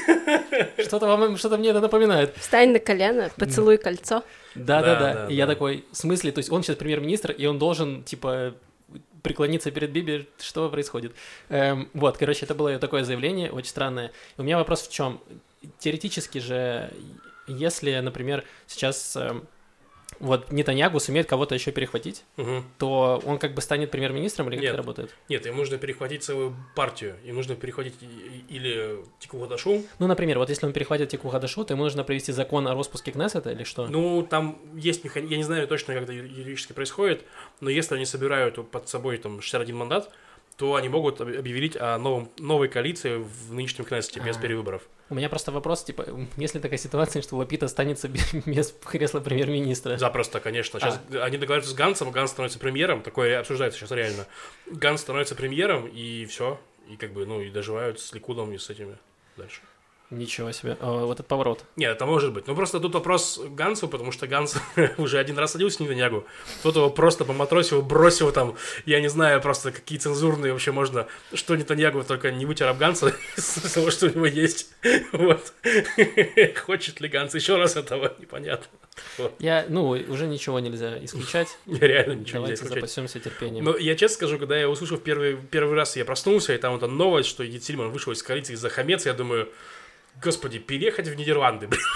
Что-то вам, что-то мне это напоминает. Встань на колено, поцелуй кольцо. Да-да-да. И я такой, в смысле, то есть он сейчас премьер-министр, и он должен, типа, преклониться перед Биби, что происходит? Эм, вот, короче, это было такое заявление, очень странное. У меня вопрос в чем? Теоретически же, если, например, сейчас... Эм, вот Нетаньягу сумеет кого-то еще перехватить, угу. то он как бы станет премьер-министром или как нет, это работает? Нет, им нужно перехватить целую партию, им нужно перехватить или Тику Хадашу. Ну, например, вот если он перехватит Тику Хадашу, то ему нужно провести закон о распуске Кнессета или что? Ну, там есть механизм, я не знаю точно, как это юридически происходит, но если они собирают под собой там шестьдесят один мандат, то они могут объявить о новом, новой коалиции в нынешнем Кнессете без перевыборов. У меня просто вопрос, типа, если такая ситуация, что Лапид останется без кресла премьер-министра? Запросто, конечно. Сейчас а. они договариваются с Гансом, Ганс становится премьером, такое обсуждается сейчас реально. Ганс становится премьером, и все. И как бы, ну, и доживают с Ликудом и с этими дальше. Ничего себе. О, вот этот поворот. Нет, это может быть. Ну, просто тут вопрос Гансу, потому что Ганс уже один раз садился с Нетаньягу. Кто-то его просто поматросил, бросил там, я не знаю, просто какие цензурные вообще можно, что Нетаньягу, только не вытер об Ганса из того, что у него есть. Вот. Хочет ли Ганс еще раз этого, непонятно. Вот. Я, ну, уже ничего нельзя исключать. Реально ничего Давайте нельзя исключать. Запасемся терпением. Но я честно скажу, когда я услышал первый, первый раз, я проснулся, и там вот новость, что Эдит Сильман вышел из коалиции из-за хамец, я думаю... Господи, переехать в Нидерланды, блин.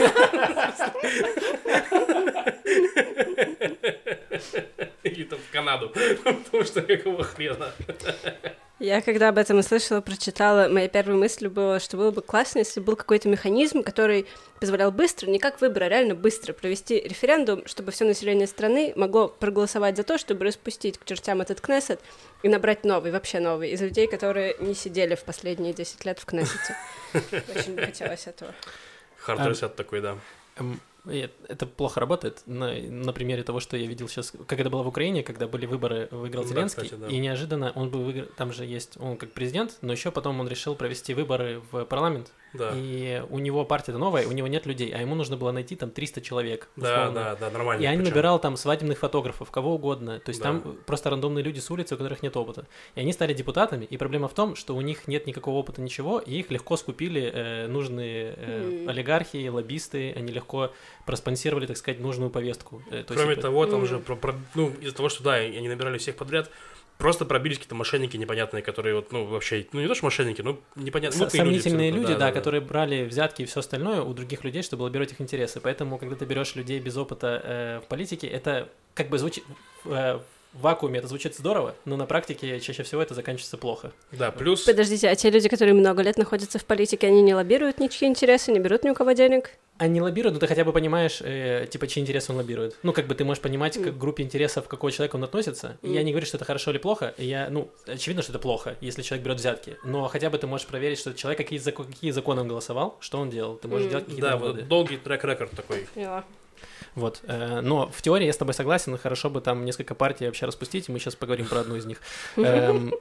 Или там в Канаду. Потому что какого хрена. Я, когда об этом услышала, прочитала, моей первой мыслью было, что было бы классно, если был какой-то механизм, который позволял быстро, не как выборы, а реально быстро провести референдум, чтобы все население страны могло проголосовать за то, чтобы распустить к чертям этот Кнессет и набрать новый, вообще новый, из людей, которые не сидели в последние десять лет в Кнессете. Очень бы хотелось этого. Хард-ресет такой, да. Это плохо работает на, на примере того, что я видел сейчас, как это было в Украине, когда были выборы, выиграл Зеленский, да, кстати, да. И неожиданно он был выиграл, там же есть, он как президент, но еще потом он решил провести выборы в парламент, да. И у него партия-то новая, у него нет людей, а ему нужно было найти там триста человек. Да, да, да, нормально. И они набирал там свадебных фотографов, кого угодно, то есть да. Там просто рандомные люди с улицы, у которых нет опыта. И они стали депутатами, и проблема в том, что у них нет никакого опыта, ничего, и их легко скупили э, нужные э, олигархи, лоббисты, они легко проспонсировали, так сказать, нужную повестку. То Кроме есть, того, там mm. же, про, про, ну, из-за того, что, да, они набирали всех подряд, просто пробились какие-то мошенники непонятные, которые вот, ну, вообще, ну, не то, что мошенники, но непонятные. С- сомнительные люди, люди да, да, да, которые да. брали взятки и все остальное у других людей, чтобы лоббировать их интересы. Поэтому, когда ты берешь людей без опыта э, в политике, это как бы звучит... Э, в вакууме это звучит здорово, но на практике чаще всего это заканчивается плохо. Да, плюс... Подождите, а те люди, которые много лет находятся в политике, они не лоббируют ничьи интересы, не берут ни у кого денег? Они лоббируют, но ты хотя бы понимаешь, э, типа, чьи интересы он лоббирует. Ну, как бы ты можешь понимать, mm. к группе интересов какого человека он относится. Mm. И я не говорю, что это хорошо или плохо. Я, ну, очевидно, что это плохо, если человек берет взятки. Но хотя бы ты можешь проверить, что человек какие, какие законы он голосовал, что он делал. Ты можешь mm. делать какие-то да, выводы. Вот долгий трек-рекорд такой. Yeah. Вот, э, но в теории я с тобой согласен, хорошо бы там несколько партий вообще распустить, и мы сейчас поговорим про одну из них. Эм,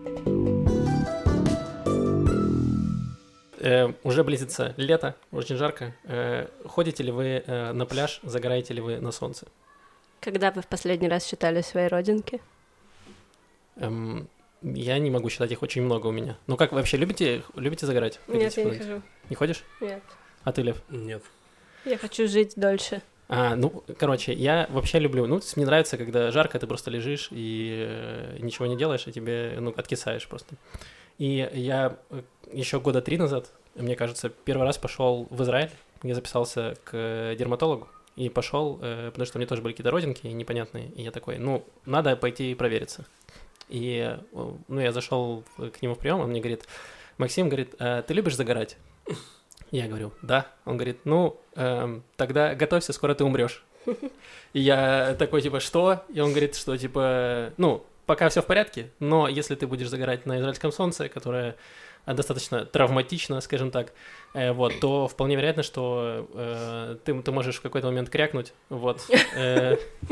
э, уже близится лето, очень жарко. Э, ходите ли вы э, на пляж, загораете ли вы на солнце? Когда вы в последний раз считали свои родинки? Эм, я не могу считать, их очень много у меня. Ну как, вообще любите, любите загорать? Нет, Ходите, я ходить? не хожу. Не ходишь? Нет. А ты, Лев? Нет. Я хочу жить дольше. А, ну, короче, я вообще люблю, ну, мне нравится, когда жарко, ты просто лежишь и э, ничего не делаешь, и тебе, ну, откисаешь просто. И я еще года три назад, мне кажется, первый раз пошел в Израиль, я записался к дерматологу, и пошел, э, потому что у меня тоже были какие-то родинки непонятные, и я такой, ну, надо пойти провериться. И, ну, я зашел к нему в прием, он мне говорит, Максим, говорит, а ты любишь загорать? Я говорю, да. Он говорит, ну, эм, тогда готовься, скоро ты умрешь. И я такой, типа, что? И он говорит, что, типа, ну, пока все в порядке, но если ты будешь загорать на израильском солнце, которое достаточно травматично, скажем так, э, вот, то вполне вероятно, что э, ты, ты можешь в какой-то момент крякнуть, вот, э,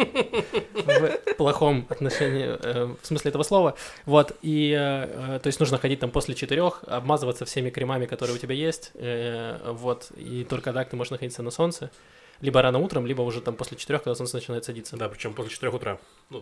в плохом отношении, э, в смысле этого слова, вот, и, э, то есть нужно ходить там после четырех, обмазываться всеми кремами, которые у тебя есть, э, вот, и только так ты можешь находиться на солнце. Либо рано утром, либо уже там после четырех, когда солнце начинает садиться. Да, причем после четырех утра. Ну,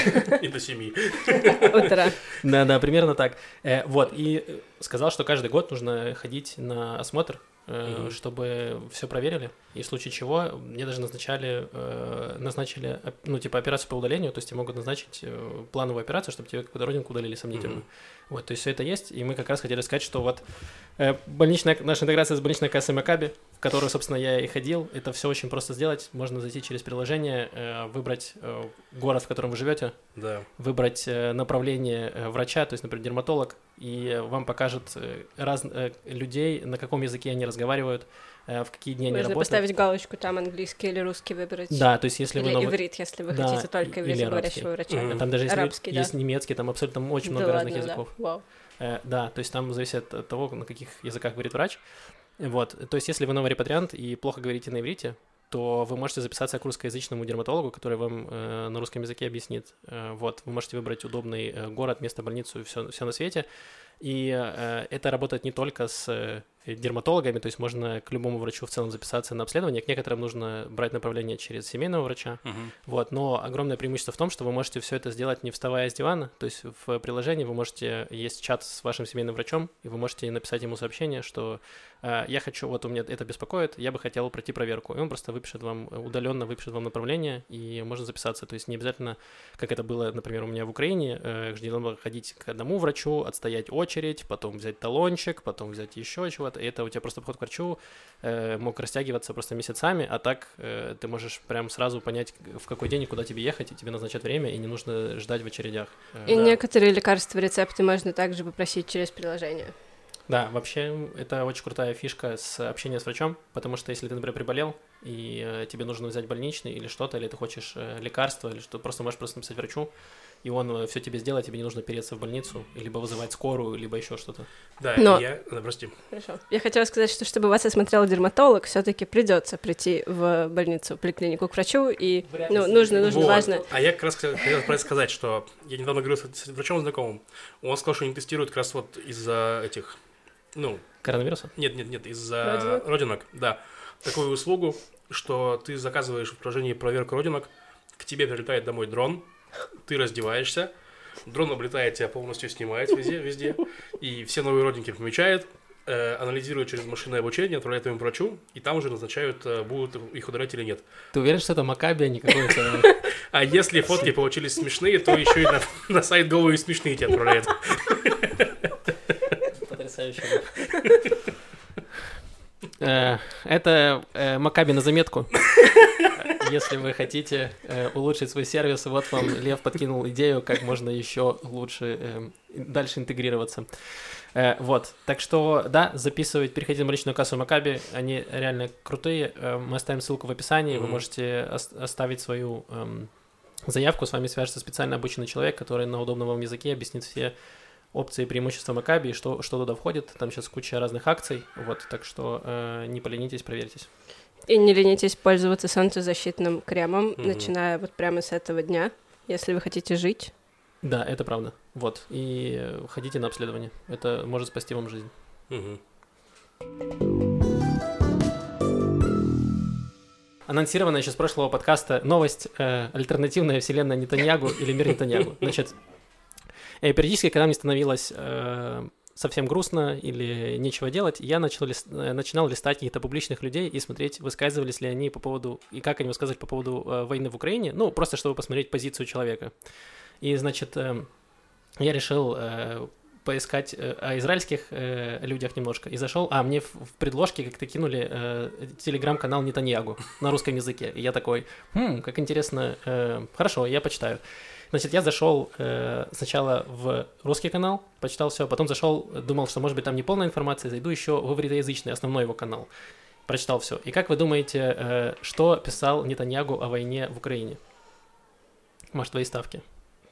и до семи. Утро. Да, да, примерно так. Э, вот, и сказал, что каждый год нужно ходить на осмотр, э, mm-hmm. чтобы все проверили. И в случае чего мне даже назначали, э, назначили, ну, типа, операцию по удалению, то есть тебе могут назначить э, плановую операцию, чтобы тебе какую-то родинку удалили сомнительную. Mm-hmm. Вот, то есть все это есть, и мы как раз хотели сказать, что вот э, больничная, наша интеграция с больничной кассой Макаби, в которую, собственно, я и ходил, это все очень просто сделать. Можно зайти через приложение, э, выбрать э, город, в котором вы живете, да. выбрать э, направление э, врача, то есть, например, дерматолог, и вам покажет э, раз, э, людей, на каком языке они разговаривают, э, в какие дни они Можно работают. поставить галочку, там английский или русский выбрать. Да, то есть если или вы... Или иврит, если вы да, хотите только ивритоговорящего врача. Mm-hmm. Там даже есть, арабский, есть да. немецкий, там абсолютно очень много да разных ладно, языков. Да. Вау. Э, да, то есть там зависит от того, на каких языках говорит врач. Вот, то есть если вы новый репатриант и плохо говорите на иврите, то вы можете записаться к русскоязычному дерматологу, который вам э, на русском языке объяснит. Э, вот, вы можете выбрать удобный э, город, место, больницу, все, все на свете. И э, это работает не только с э, дерматологами, то есть можно к любому врачу в целом записаться на обследование. К некоторым нужно брать направление через семейного врача. Uh-huh. Вот, но огромное преимущество в том, что вы можете все это сделать, не вставая с дивана. То есть в приложении вы можете, есть чат с вашим семейным врачом, и вы можете написать ему сообщение, что э, я хочу, вот у меня это беспокоит, я бы хотел пройти проверку. И он просто выпишет вам, удаленно выпишет вам направление, и можно записаться. То есть не обязательно, как это было, например, у меня в Украине, э, где надо ходить к одному врачу, отстоять очередь, потом взять талончик, потом взять еще чего-то. И это у тебя просто подход к врачу э, мог растягиваться просто месяцами, а так э, ты можешь прям сразу понять, в какой день и куда тебе ехать, и тебе назначат время, и не нужно ждать в очередях. И да. Некоторые лекарства, рецепты можно также попросить через приложение. Да, вообще это очень крутая фишка с общения с врачом, потому что если ты, например, приболел, и э, тебе нужно взять больничный или что-то, или ты хочешь э, лекарство, или что, просто можешь просто написать врачу, и он все тебе сделает, тебе не нужно переться в больницу, либо вызывать скорую, либо еще что-то. Да, Но... я... Да, прости. Хорошо. Я хотела сказать, что чтобы вас осмотрел дерматолог, все-таки придется прийти в больницу, в поликлинику к врачу, и ну, нужно, нужно, вот. важно. А я как раз хотел сказать, что я недавно говорил с врачом знакомым, он сказал, что они тестируют как раз вот из-за этих, ну... Коронавируса? Нет, нет, нет, из-за родинок? родинок, да. Такую услугу, что ты заказываешь в приложении проверку родинок, к тебе прилетает домой дрон, ты раздеваешься, дрон облетает тебя, полностью снимает везде, везде, и все новые родинки помечает, э, анализирует через машинное обучение, отправляет им к врачу, и там уже назначают, э, будут их удалять или нет. Ты уверен, что это Макаби, а не какой-то... А если фотки получились смешные, то еще и на сайт голые смешные тебя отправляют. Потрясающе. Это Макаби на заметку. Если вы хотите э, улучшить свой сервис, вот вам Лев подкинул идею, как можно еще лучше э, дальше интегрироваться. Э, вот, так что, да, записывать, переходите на больничную кассу Макаби, они реально крутые. Э, мы оставим ссылку в описании, mm-hmm. вы можете ос- оставить свою э, заявку, с вами свяжется специально обученный человек, который на удобном вам языке объяснит все опции и преимущества Макаби, и что, что туда входит. Там сейчас куча разных акций, вот, так что э, не поленитесь, проверьтесь. И не ленитесь пользоваться солнцезащитным кремом, mm-hmm. начиная вот прямо с этого дня, если вы хотите жить. Да, это правда. Вот. И ходите на обследование. Это может спасти вам жизнь. Mm-hmm. Анонсированная еще с прошлого подкаста новость э, «Альтернативная вселенная Нетаньягу» или «Мир Нетаньягу». Значит, э, периодически, когда мне становилось... Э, совсем грустно или нечего делать, я начал, лист... начинал листать каких-то публичных людей и смотреть, высказывались ли они по поводу, и как они высказывались по поводу э, войны в Украине, ну, просто чтобы посмотреть позицию человека. И, значит, э, я решил э, поискать э, о израильских э, людях немножко, и зашел, а, мне в, в предложке как-то кинули э, телеграм-канал Нетаньягу на русском языке, и я такой, хм, как интересно, э, хорошо, я почитаю. Значит, я зашел э, сначала в русский канал, почитал все, потом зашел, думал, что, может быть, там не полная информация, зайду еще в ивритоязычный, основной его канал. Прочитал все. И как вы думаете, э, что писал Нетаньягу о войне в Украине? Может, твои ставки?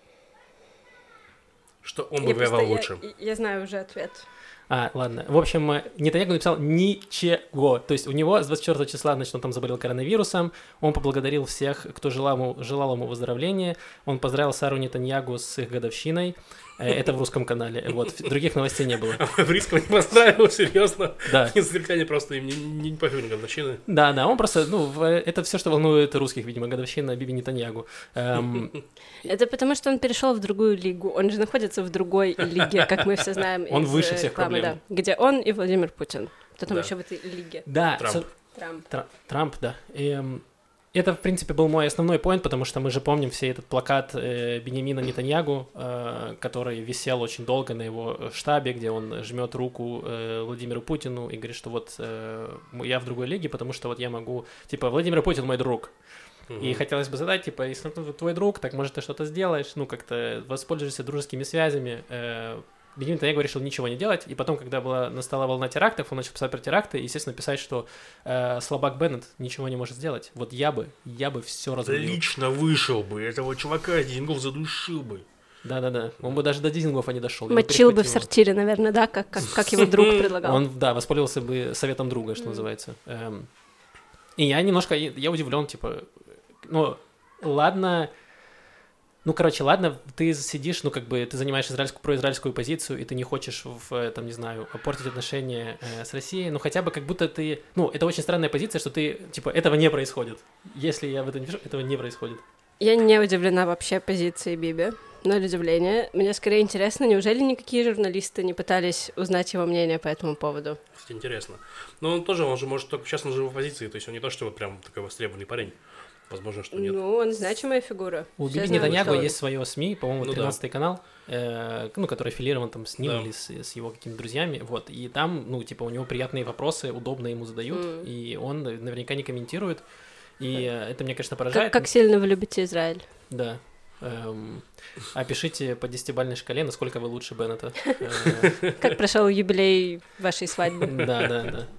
Что он бы воевал лучше. Я, я знаю уже ответ. А, ладно. В общем, Нетаньягу написал ничего. То есть у него с двадцать четвёртого числа, значит, он там заболел коронавирусом, он поблагодарил всех, кто желал ему, желал ему выздоровления, он поздравил Сару Нетаньягу с их годовщиной. Это в русском канале. Вот, других новостей не было. А в русском не поздравил, серьезно? Да. Израильтяне просто им не, не, не пофиг на годовщины. Да, да, он просто, ну, это все, что волнует русских, видимо, годовщина Биби Нетаньягу. Эм... Это потому, что он перешел в другую лигу. Он же находится в другой лиге, как мы все знаем. Он из выше всех рекламы, проблем. Да, где он и Владимир Путин. Кто там Да. еще в этой лиге? Да. Трамп. Трамп. Тра- Трамп, да. И, эм, это, в принципе, был мой основной поинт, потому что мы же помним все этот плакат э, Биньямина Нетаньягу, э, который висел очень долго на его штабе, где он жмет руку э, Владимиру Путину и говорит, что вот э, я в другой лиге, потому что вот я могу... Типа, Владимир Путин мой друг. Угу. И хотелось бы задать, типа, если он твой друг, так, может, ты что-то сделаешь, ну, как-то воспользуешься дружескими связями. Э, Биньямин Нетаньягу решил ничего не делать, и потом, когда была, настала волна терактов, он начал писать про теракты, и, естественно, писать, что э, слабак Беннет ничего не может сделать. Вот я бы, я бы все разрулил. Лично вышел бы, этого чувака Дизингов задушил бы. Да-да-да, он бы даже до Дизингофа не дошел. Мочил бы в сортире, наверное, да, как, как, как его друг предлагал. Он, да, воспользовался бы советом друга, что называется. Эм, и я немножко, я удивлен, типа, ну, ладно... Ну, короче, ладно, ты сидишь, ну, как бы, ты занимаешь израильскую, произраильскую позицию, и ты не хочешь, в, там, не знаю, портить отношения э, с Россией, ну, хотя бы как будто ты... Ну, это очень странная позиция, что ты, типа, этого не происходит. Если я в это не вижу, этого не происходит. Я не удивлена вообще позиции Биби. Ноль удивления. Мне скорее интересно, неужели никакие журналисты не пытались узнать его мнение по этому поводу? Кстати, интересно. Но он тоже, он же может только сейчас он же в оппозиции, то есть он не то, что вот прям такой востребованный парень. Возможно, что нет. Ну, он значимая фигура. У Все Биби знают, Нетаньягу кто он. есть свое СМИ, по-моему, Ну тринадцатый канал, э, ну, который аффилирован там с ним Да. или с, с его какими-то друзьями, вот, и там, ну, типа, у него приятные вопросы, удобно ему задают, Mm. и он наверняка не комментирует, и э, это меня, конечно, Как, поражает. как сильно вы любите Израиль? Да. Эм, опишите по десятибалльной шкале, насколько вы лучше Беннета. Э, Как прошел юбилей вашей свадьбы? Да, да, да.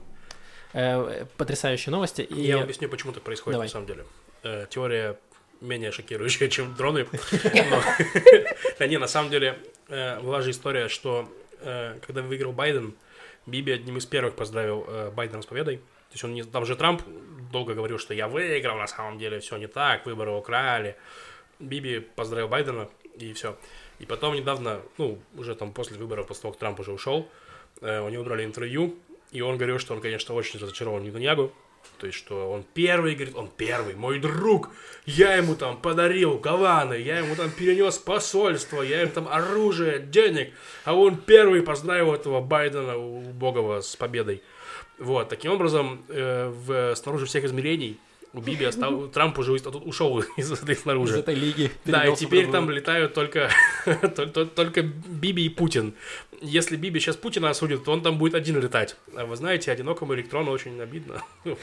Э, Потрясающие новости. И... Я объясню, почему так происходит. Давай. На самом деле. Э, Теория менее шокирующая, чем дроны. Но- Да не, на самом деле, э, была же история, что э, когда выиграл Байден, Биби одним из первых поздравил э, Байдена с победой. То есть он не... Там же Трамп долго говорил, что я выиграл, на самом деле все не так, выборы украли. Биби поздравил Байдена, и все. И потом недавно, ну, уже там после выборов, после того, как Трамп уже ушел, э, у него брали интервью, и он говорил, что он, конечно, очень разочарован в Нетаньягу. То есть, что он первый, говорит, он первый, мой друг, я ему там подарил Гаваны, я ему там перенес посольство, я ему там оружие, денег, а он первый поздравил этого Байдена убогого с победой. Вот, таким образом, э, в, снаружи всех измерений у Биби остал, Трамп уже ушел из этой Из снаружи. этой лиги. Да, и перевелся в теперь другую. там летают только, только, только Биби и Путин. Если Биби сейчас Путина осудит, то он там будет один летать. А вы знаете, одинокому электрону очень обидно. Вот.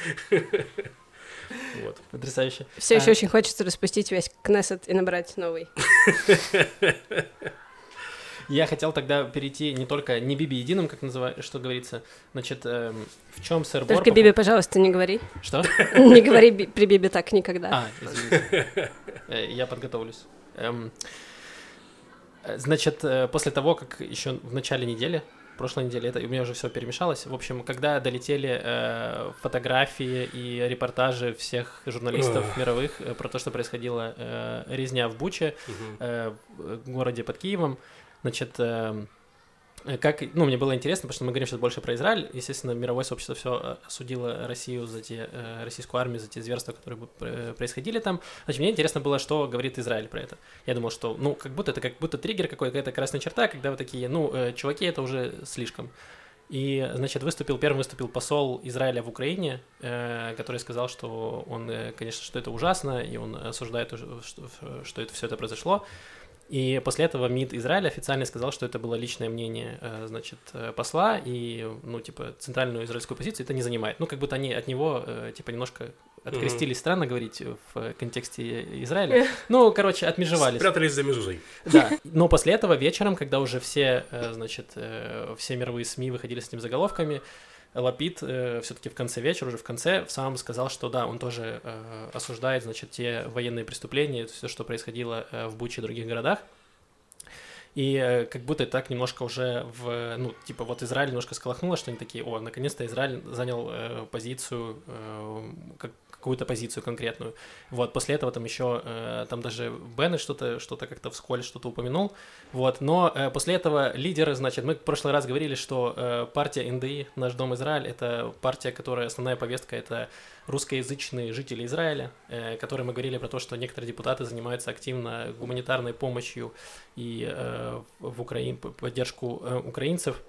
Вот. Потрясающе. Все А, еще очень хочется распустить весь Кнессет и набрать новый. Я хотел тогда перейти не только не Биби единым, как называют, что говорится. Значит, эм, в чем сэр Бор... Только Биби, пожалуйста, не говори. Что? Не говори би- при Биби так никогда. А, извините. Э, Я подготовлюсь. Эм, э, Значит, э, после того, как еще в начале недели, прошлой недели, это у меня уже все перемешалось. В общем, когда долетели э, фотографии и репортажи всех журналистов Ох. мировых э, про то, что происходила э, резня в Буче, Мгм. э, в городе под Киевом, значит, э, как, ну, мне было интересно, потому что мы говорим сейчас больше про Израиль. Естественно, мировое сообщество все осудило Россию за те, э, российскую армию, за те зверства, которые бы, э, происходили там. Значит, мне интересно было, что говорит Израиль про это. Я думал, что, ну, как будто это как будто триггер какой-то, какая-то красная черта, когда вы такие, ну, э, чуваки, это уже слишком. И, значит, выступил, первым выступил посол Израиля в Украине, э, который сказал, что он, э, конечно, что это ужасно, и он осуждает, уже, что, что это, все это произошло. И после этого МИД Израиля официально сказал, что это было личное мнение, э, значит, э, посла, и, ну, типа, центральную израильскую позицию это не занимает. Ну, как будто они от него, э, типа, немножко открестились, mm-hmm. странно говорить в контексте Израиля. Ну, короче, отмежевались. Спрятались за мезузой. Да, но после этого вечером, когда уже все, значит, все мировые СМИ выходили с этими заголовками, Лапид э, все-таки в конце вечера, уже в конце, сам сказал, что да, он тоже э, осуждает, значит, те военные преступления, все, что происходило э, в Буче и других городах. И э, как будто так немножко уже в, ну, типа вот Израиль немножко сколохнуло, что они такие, о, наконец-то Израиль занял э, позицию, э, как, какую-то позицию конкретную. Вот, после этого там еще, э, там даже Беннет что-то, что-то как-то вскользь что-то упомянул, вот, но э, после этого лидеры, значит, мы в прошлый раз говорили, что э, партия эн дэ и, Наш Дом Израиль, это партия, которая, основная повестка, это русскоязычные жители Израиля, э, которые мы говорили про то, что некоторые депутаты занимаются активно гуманитарной помощью и э, в Украине, поддержку э, украинцев.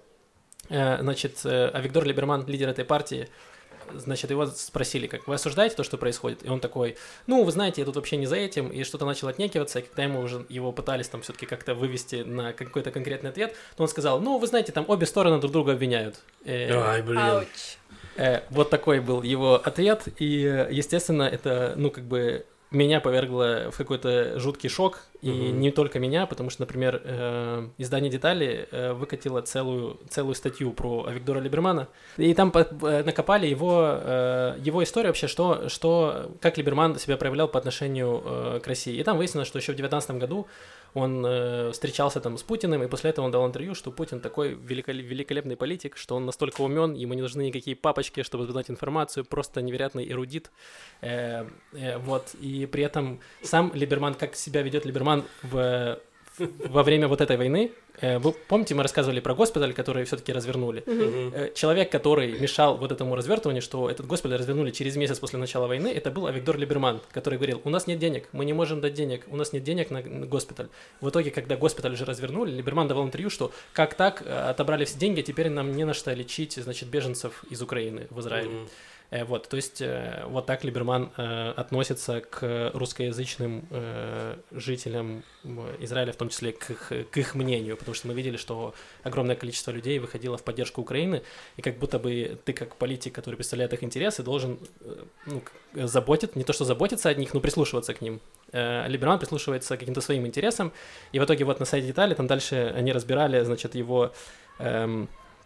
Э, значит, э, Авигдор Либерман, лидер этой партии, значит, его спросили, как, вы осуждаете то, что происходит? И он такой, ну, вы знаете, я тут вообще не за этим, и что-то начал отнекиваться, и когда ему уже его пытались там все-таки как-то вывести на какой-то конкретный ответ, то он сказал, ну, вы знаете, там обе стороны друг друга обвиняют. Ай, блин. Ауч. Вот такой был его ответ, и, естественно, это, ну, как бы меня повергло в какой-то жуткий шок, и mm-hmm. не только меня, потому что, например, э, издание «Детали» э, выкатило целую, целую статью про Авигдора Либермана, и там по- накопали его, э, его историю вообще, что, что, как Либерман себя проявлял по отношению э, к России. И там выяснилось, что еще в две тысячи девятнадцатом году он э, встречался там с Путиным, и после этого он дал интервью, что Путин такой великол- великолепный политик, что он настолько умен, ему не нужны никакие папочки, чтобы знать информацию, просто невероятный эрудит. Э, э, вот, и при этом сам Либерман, как себя ведет Либерман в, во время вот этой войны, э, вы помните, мы рассказывали про госпиталь, который все-таки развернули. Mm-hmm. Э, человек, который мешал вот этому развертыванию, что этот госпиталь развернули через месяц после начала войны, это был Авигдор Либерман, который говорил, у нас нет денег, мы не можем дать денег, у нас нет денег на, на госпиталь. В итоге, когда госпиталь уже развернули, Либерман давал интервью, что как так, отобрали все деньги, теперь нам не на что лечить, значит, беженцев из Украины в Израиле. Mm-hmm. Вот, то есть вот так Либерман э, относится к русскоязычным э, жителям Израиля, в том числе к их, к их мнению, потому что мы видели, что огромное количество людей выходило в поддержку Украины, и как будто бы ты как политик, который представляет их интересы, должен э, ну, заботиться, не то что заботиться о них, но прислушиваться к ним. Э, Либерман прислушивается к каким-то своим интересам, и в итоге вот на сайте «Детали» там дальше они разбирали, значит, его... Э,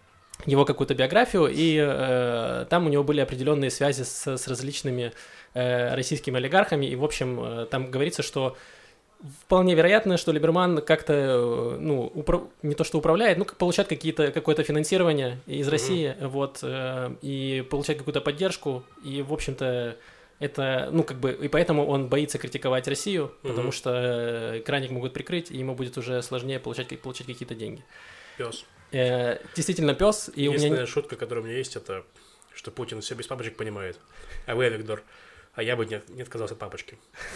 его какую-то биографию, и э, там у него были определенные связи с, с различными э, российскими олигархами, и, в общем, э, там говорится, что вполне вероятно, что Либерман как-то, э, ну, управ... не то что управляет, ну, получает какие-то, какое-то финансирование из России, mm-hmm. вот, э, и получает какую-то поддержку, и, в общем-то, это, ну, как бы, и поэтому он боится критиковать Россию, mm-hmm. потому что краник могут прикрыть, и ему будет уже сложнее получать, получать какие-то деньги. Пес. Э, действительно пес. И единственная у меня... шутка, которая у меня есть, это что Путин все без папочек понимает. А вы, Авигдор, а я бы не, не отказался от папочки.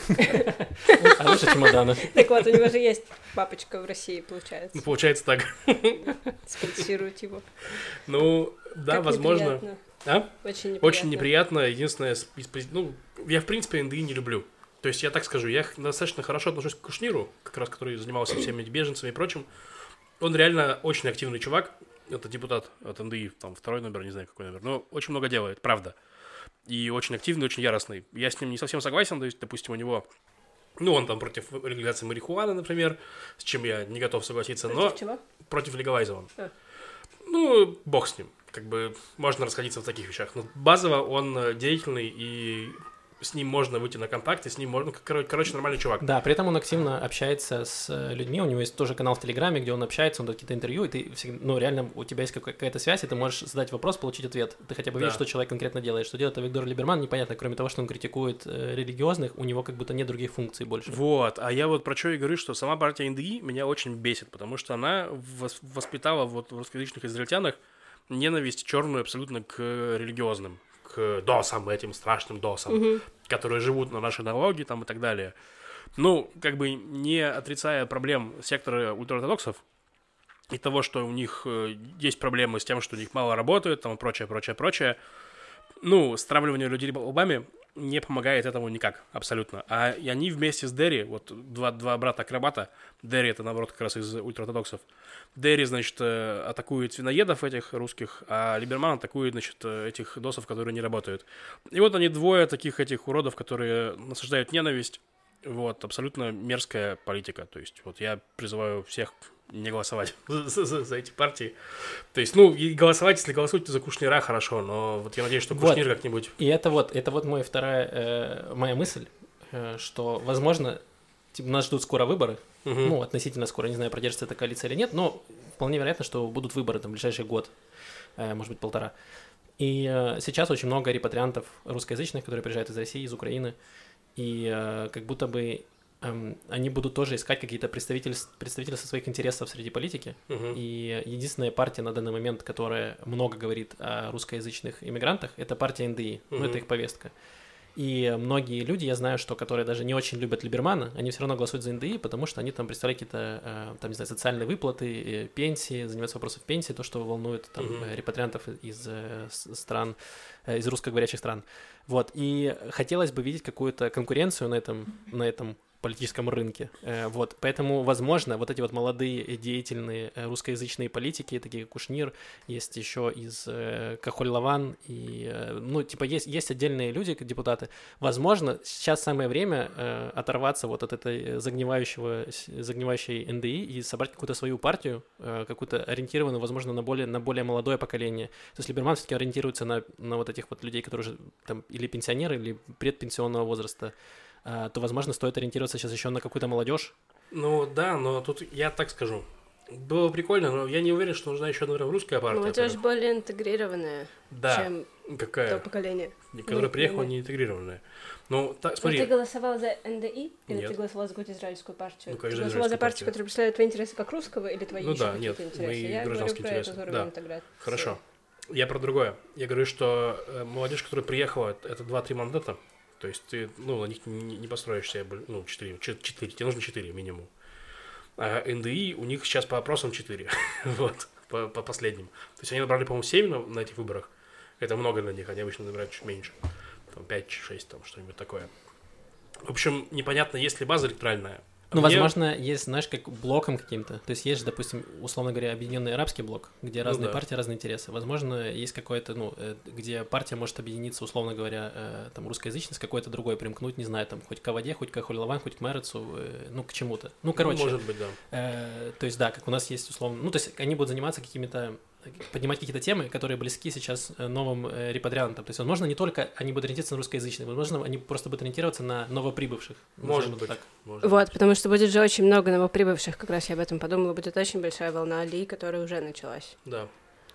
А лучше чемодана. Так вот, у него же есть папочка в России, получается. Ну, получается так. Спонсируют его. Ну, да, возможно. А? Очень неприятно. Очень неприятно. Единственное, ну, я, в принципе, эн дэ и не люблю. То есть, я так скажу, я достаточно хорошо отношусь к Кушниру, как раз который занимался всеми беженцами и прочим. Он реально очень активный чувак. Это депутат от эн дэ и, там, второй номер, не знаю, какой номер. Но очень много делает, правда. И очень активный, очень яростный. Я с ним не совсем согласен. То есть, допустим, у него... Ну, он там против легализации марихуаны, например, с чем я не готов согласиться. Против но чего? Против легалайза он. А. Ну, бог с ним. Как бы можно расходиться в таких вещах. Но базово он деятельный, и с ним можно выйти на контакт, и с ним можно... Короче, нормальный чувак. Да, при этом он активно общается с людьми, у него есть тоже канал в Телеграме, где он общается, он дает какие-то интервью, и ты всегда, ну, реально, у тебя есть какая-то связь, и ты можешь задать вопрос, получить ответ. Ты хотя бы видишь, да. что человек конкретно делает. Что делает Авигдор Либерман, непонятно, кроме того, что он критикует э, религиозных, у него как будто нет других функций больше. Вот, а я вот про что и говорю, что сама партия эн дэ и меня очень бесит, потому что она воспитала вот в русскоязычных израильтянах ненависть черную абсолютно к религиозным. К досам, этим страшным досам, mm-hmm. которые живут на нашей налоги там и так далее. Ну, как бы не отрицая проблем сектора ультраортодоксов и того, что у них есть проблемы с тем, что у них мало работают, там и прочее, прочее, прочее. Ну, стравливание людей лбами не помогает этому никак, абсолютно. А и они вместе с Дерри, вот два, два брата-акробата, Дерри это, наоборот, как раз из ультраортодоксов. Дерри, значит, атакует свиноедов этих русских, а Либерман атакует, значит, этих досов, которые не работают. И вот они двое таких этих уродов, которые насаждают ненависть. Вот, абсолютно мерзкая политика. То есть, вот я призываю всех не голосовать за, за, за эти партии. То есть, ну, и голосовать, если голосуете за Кушнира, хорошо, но вот я надеюсь, что Кушнир вот. как-нибудь... И это вот, это вот моя вторая, э, моя мысль, э, что, возможно, типа, нас ждут скоро выборы, угу. ну, относительно скоро, не знаю, продержится эта коалиция или нет, но вполне вероятно, что будут выборы там в ближайший год, э, может быть, полтора. И э, сейчас очень много репатриантов русскоязычных, которые приезжают из России, из Украины, и э, как будто бы э, они будут тоже искать какие-то представительства, представительства своих интересов среди политики. Uh-huh. И единственная партия на данный момент, которая много говорит о русскоязычных иммигрантах, это партия эн дэ и. Uh-huh. Ну, это их повестка. И многие люди, я знаю, что которые даже не очень любят Либермана, они все равно голосуют за эн дэ и, потому что они там представляют какие-то, э, там, не знаю, социальные выплаты, пенсии, занимаются вопросом пенсии, то, что волнует там uh-huh. репатриантов из э, стран, э, из русскоговорящих стран. Вот, и хотелось бы видеть какую-то конкуренцию на этом, на этом политическом рынке. Вот, поэтому, возможно, вот эти вот молодые деятельные русскоязычные политики, такие как Кушнир, есть еще из Кахоль-Лаван, и, ну, типа, есть, есть отдельные люди, как депутаты. Возможно, сейчас самое время оторваться вот от этой загнивающего, загнивающей эн дэ и и собрать какую-то свою партию, какую-то ориентированную, возможно, на более, на более молодое поколение. То есть Либерман все-таки ориентируется на, на вот этих вот людей, которые уже там или пенсионеры, или предпенсионного возраста, то, возможно, стоит ориентироваться сейчас еще на какую-то молодежь. Ну да, но тут я так скажу. Было прикольно, но я не уверен, что нужна еще, например, русская партия. Молодежь более интегрированная, да. чем Какая? то поколение. Которая приехала не интегрированная. Ну, так, смотри. Но ты голосовал за эн дэ и или нет. ты голосовал за какую-то израильскую партию? Ну, конечно, ты голосовал за партию, которая представляет твои интересы как русского, или твои ну, еще да, какие-то нет, интересы? Мои я гражданские говорю интересы. про эту Да. интеграцию. Хорошо. Я про другое. Я говорю, что молодежь, которая приехала, это два-три мандата. То есть ты, ну, на них не, не построишь себе, ну, четыре, четыре, тебе нужно четыре минимум. А эн дэ и у них сейчас по опросам четыре, вот, по, по последним. То есть они набрали, по-моему, семь на, на этих выборах. Это много для них, они обычно набирают чуть меньше. Там пять-шесть, там что-нибудь такое. В общем, непонятно, есть ли база электоральная. Ну, мне... возможно, есть, знаешь, как блоком каким-то. То есть есть же, допустим, условно говоря, объединенный арабский блок, где разные ну, да. партии, разные интересы. Возможно, есть какое-то, ну, где партия может объединиться, условно говоря, там, русскоязычность, какой-то другой примкнуть, не знаю, там, хоть к Аваде, хоть к Кахоль-Лаван, хоть к Мерецу, ну, к чему-то. Ну, короче. Ну, может быть, да. Э, то есть, да, как у нас есть, условно, ну, то есть они будут заниматься какими-то, поднимать какие-то темы, которые близки сейчас новым э, репатриантам. То есть, возможно, не только они будут ориентироваться на русскоязычных, возможно, они просто будут ориентироваться на новоприбывших. Может быть. Так. Может вот, быть. потому что будет же очень много новоприбывших, как раз я об этом подумала, будет очень большая волна алии, которая уже началась. Да.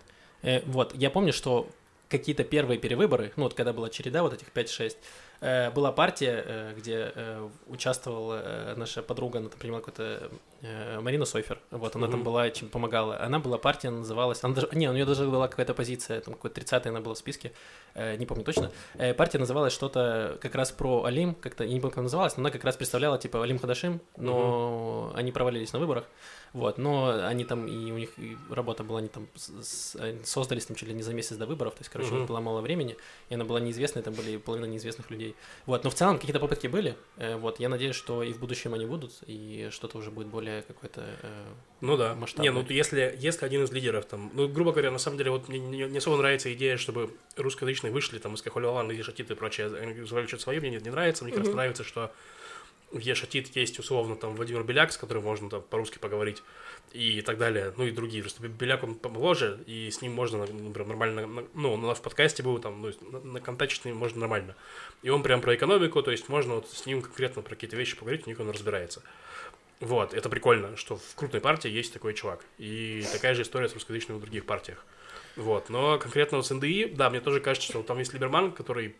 Э, вот, я помню, что какие-то первые перевыборы, ну, вот когда была череда вот этих пять-шесть, э, была партия, э, где э, участвовала э, наша подруга, она там принимала какую-то э, Марина Сойфер, вот, она mm-hmm. там была, чем помогала. Она была, партия называлась, она даже, не, у нее даже была какая-то позиция, там, какой-то тридцатая она была в списке, э, не помню точно. Э, партия называлась что-то как раз про Алим, как-то, я не помню, как она называлась, но она как раз представляла, типа, Алим Хадашим, но mm-hmm. они провалились на выборах. Вот, но они там, и у них и работа была, они там с, с, создались там чуть ли не за месяц до выборов, то есть, короче, uh-huh. у них было мало времени, и она была неизвестной, там были половина неизвестных людей. Вот, но в целом какие-то попытки были, э, вот, я надеюсь, что и в будущем они будут, и что-то уже будет более какое-то э, ну да. масштабное. Не, ну если, если один из лидеров там, ну, грубо говоря, на самом деле, вот мне не, не особо нравится идея, чтобы русскоязычные вышли там из Кахоль-Лаван, из Шатит и прочее, они говорят что-то свое, мне не, не нравится, мне uh-huh. как раз нравится, что в Ешатит есть, условно, там, Владимир Беляк, с которым можно там по-русски поговорить, и так далее, ну и другие. Просто Беляк, он помоложе, и с ним можно, например, нормально, ну, он у нас в подкасте был, там, ну, на, на контакте с ним можно нормально. И он прям про экономику, то есть можно вот с ним конкретно про какие-то вещи поговорить, у них он разбирается. Вот, это прикольно, что в крупной партии есть такой чувак. И такая же история с русскоязычными в других партиях. Вот, но конкретно вот с эн дэ и, да, мне тоже кажется, что там есть Либерман, который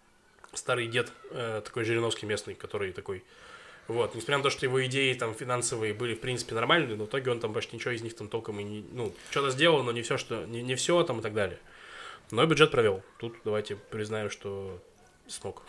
старый дед, э, такой Жириновский местный, который такой... Вот, несмотря на то, что его идеи там финансовые были в принципе нормальные, но в итоге он там почти ничего из них там толком и не, ну, что-то сделал, но не все, что, не, не все там и так далее. Но бюджет провел. Тут давайте признаем, что смог.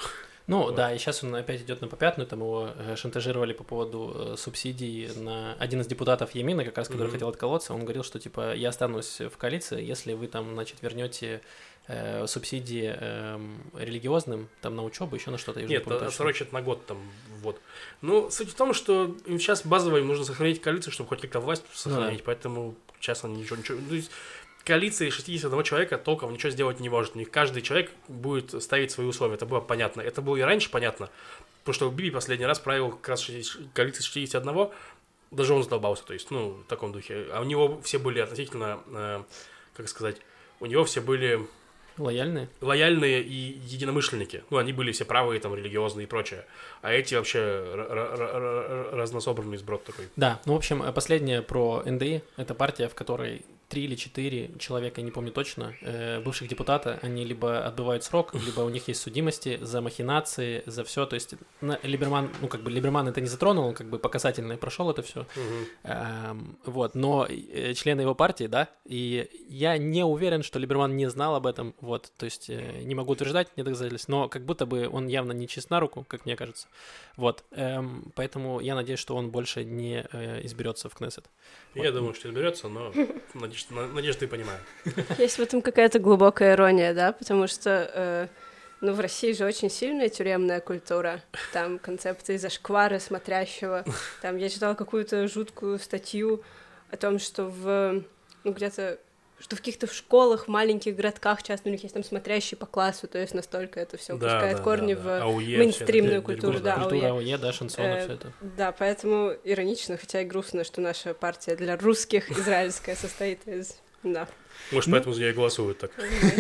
Ну Вот. да, и сейчас он опять идет на попятную, там его э, шантажировали по поводу э, субсидий на один из депутатов Ямина, как раз, который Мгм. хотел отколоться, он говорил, что типа я останусь в коалиции, если вы там, значит, вернете э, субсидии эм, религиозным, там на учебу, еще на что-то. я уже не Нет, помню точно. отсрочат на год там, вот. Ну, суть в том, что им сейчас базово им нужно сохранить коалицию, чтобы хоть как-то власть сохранить, поэтому сейчас они ничего, ничего... То есть коалиция из шестидесяти одного человека толком ничего сделать не может. У них каждый человек будет ставить свои условия, это было понятно. Это было и раньше понятно, потому что Биби последний раз правил как раз коалиции из шестидесяти одного, даже он задолбался, то есть, ну, в таком духе. А у него все были относительно, э, как сказать, у него все были... Лояльные? лояльные и единомышленники. Ну, они были все правые, там, религиозные и прочее. А эти вообще р- р- р- разнособранный сброд такой. Да, ну, в общем, последнее про эн дэ и. Это партия, в которой три или четыре человека, не помню точно, э, бывших депутата, они либо отбывают срок, либо у них есть судимости за махинации, за все. То есть на, Либерман, ну, как бы Либерман это не затронул, он как бы по касательной прошел это все. Угу. Эм, вот, но э, члены его партии, да, и я не уверен, что Либерман не знал об этом, вот, то есть э, не могу утверждать, нет доказательств, но как будто бы он явно не чист на руку, как мне кажется, вот, эм, поэтому я надеюсь, что он больше не э, изберется в Кнессет. Я Вот. думаю, что изберется, но надежду, надежду и понимаю. Есть в этом какая-то глубокая ирония, да, потому что, э, ну, в России же очень сильная тюремная культура, там концепции зашквара смотрящего, там я читала какую-то жуткую статью о том, что в, ну, где-то, что в каких-то школах, в маленьких городках часто у них есть там смотрящий по классу, то есть настолько это все Да, пускает да, корни да, в да. АУЕ, мейнстримную все это культуру, дерьмо, да, Культура АУЕ. АУЕ, да, шансона, Э, все это. Да, поэтому иронично, хотя и грустно, что наша партия для русских, израильская, состоит из... Да. Может, поэтому за нее и голосуют так.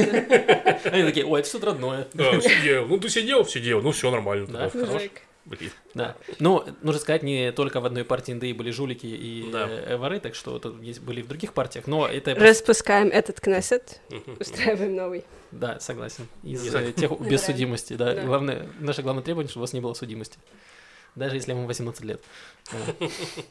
Они такие, ой, это что-то родное. Да, сидел. Ну, ты сидел, сидел. Ну, все нормально. Да. тогда. Хорош. Мужик. Блин. Да. Ну, нужно сказать, не только в одной партии эн дэ и были жулики и Да. э, воры, так что тут есть, были и в других партиях, но это... Распускаем этот Кнессет, Мгм. устраиваем новый. Да, согласен. Из Не э, так. тех без Да. судимости, да. Да. Главное, наше главное требование, чтобы у вас не было судимости. Даже если ему восемнадцать лет. Да.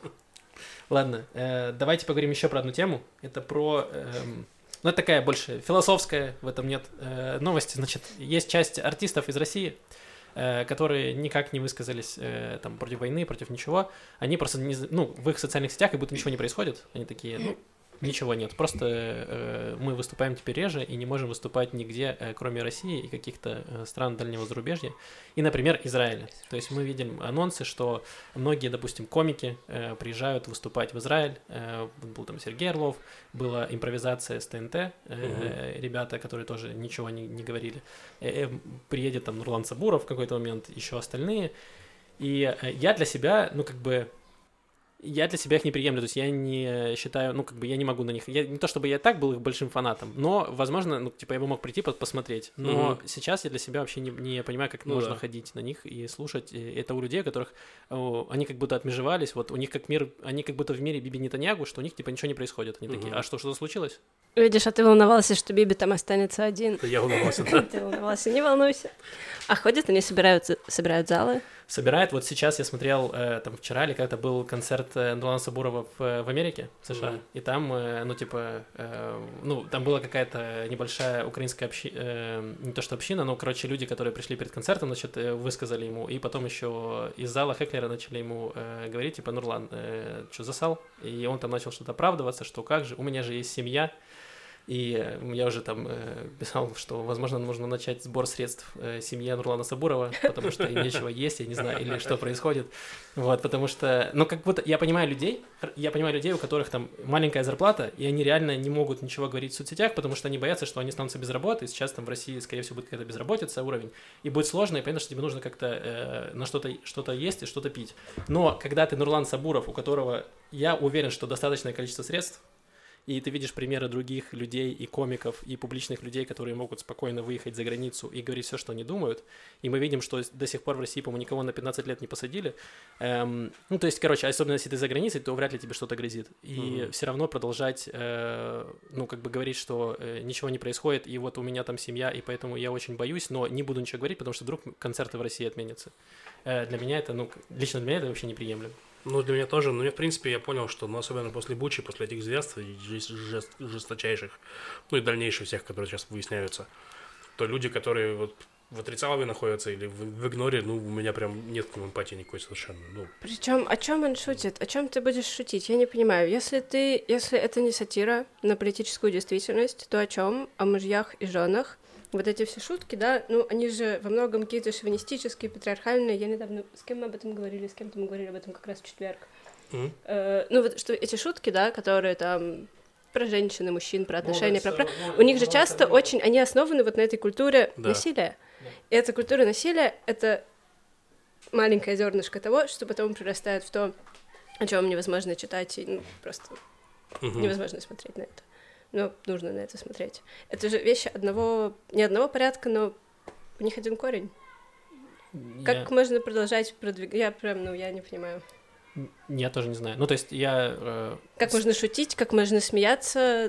Ладно, э, давайте поговорим еще про одну тему. Это про... эм, ну, это такая больше философская, в этом нет э, новости. Значит, есть часть артистов из России, э, которые никак не высказались э, там, против войны, против ничего. Они просто, не, з- ну, в их социальных сетях как будто ничего не происходит. Они такие, ну, ничего нет. Просто э, мы выступаем теперь реже и не можем выступать нигде, э, кроме России и каких-то э, стран дальнего зарубежья. И, например, Израиля. То есть мы видим анонсы, что многие, допустим, комики э, приезжают выступать в Израиль. Э, был там Сергей Орлов, была импровизация с тэ эн тэ, э, ребята, которые тоже ничего не, не говорили. Э, э, приедет там Нурлан Сабуров в какой-то момент, еще остальные. И э, я для себя, ну, как бы... Я для себя их не приемлю, то есть я не считаю, ну, как бы я не могу на них... Я, не то чтобы я так был их большим фанатом, но, возможно, ну, типа, я бы мог прийти пос- посмотреть. Но Мгм. сейчас я для себя вообще не, не понимаю, как Ну можно да. ходить на них и слушать. И это у людей, у которых о, они как будто отмежевались, вот у них как мир... Они как будто в мире Биби Нетаньягу, что у них, типа, ничего не происходит. Они такие, Мгм. а что, что-то случилось? Видишь, а ты волновался, что Биби там останется один. Это я волновался, да. Ты волновался, не волнуйся. А ходят, они собираются, собирают залы. Собирает, вот сейчас я смотрел, э, там, вчера или когда был концерт э, Нурлана Сабурова в, в Америке, в США, Мгм. и там, э, ну, типа, э, ну, там была какая-то небольшая украинская община, не то что община, но, короче, люди, которые пришли перед концертом, значит, э, высказали ему, и потом еще из зала Хеклера начали ему э, говорить, типа, Нурлан, э, что, засал? И он там начал что-то оправдываться, что как же, у меня же есть семья. И э, я уже там э, писал, что, возможно, нужно начать сбор средств э, семье Нурлана Сабурова, потому что им нечего есть, я не знаю, или что происходит. Вот, потому что, ну, как будто, я понимаю людей, я понимаю людей, у которых там маленькая зарплата, и они реально не могут ничего говорить в соцсетях, потому что они боятся, что они останутся без работы, и сейчас там в России, скорее всего, будет какая-то безработица, уровень, и будет сложно, и понятно, что тебе нужно как-то э, на что-то, что-то есть и что-то пить. Но когда ты Нурлан Сабуров, у которого, я уверен, что достаточное количество средств, и ты видишь примеры других людей и комиков, и публичных людей, которые могут спокойно выехать за границу и говорить все, что они думают. И мы видим, что до сих пор в России, по-моему, никого на пятнадцать лет не посадили. Эм, ну, то есть, короче, особенно если ты за границей, то вряд ли тебе что-то грозит. И Mm-hmm. все равно продолжать, э, ну, как бы говорить, что э, ничего не происходит, и вот у меня там семья, и поэтому я очень боюсь, но не буду ничего говорить, потому что вдруг концерты в России отменятся. Э, для меня это, ну, лично для меня это вообще неприемлемо. Ну, для меня тоже. Но я, в принципе, я понял, что, ну, особенно после Бучи, после этих зверств, и жест- жест- жесточайших, ну, и дальнейших всех, которые сейчас выясняются, то люди, которые вот в отрицалове находится или в, в игноре, ну, у меня прям нет к нему эмпатии никакой совершенно. Ну. Причем о чем он шутит? О чем ты будешь шутить? Я не понимаю. Если ты, если это не сатира на политическую действительность, то о чем? О мужьях и женах. Вот эти все шутки, да, ну, они же во многом какие-то шовинистические, патриархальные. Я недавно... С кем мы об этом говорили? С кем-то мы говорили об этом как раз в четверг. Mm-hmm. Э, ну, вот что эти шутки, да, которые там про женщин и мужчин, про отношения, ну, про... Ну, у них же часто очень... Они основаны вот на этой культуре да. насилия. Да. И эта культура насилия — это маленькое зернышко того, что потом прирастает в то, о чем невозможно читать, и ну, просто mm-hmm. невозможно смотреть на это. Но нужно на это смотреть. Это же вещи одного, не одного порядка, но у них один корень. Я... Как можно продолжать продвигать? Я прям, ну, я не понимаю. Я тоже не знаю. Ну, то есть я... Э... Как с... можно шутить, как можно смеяться...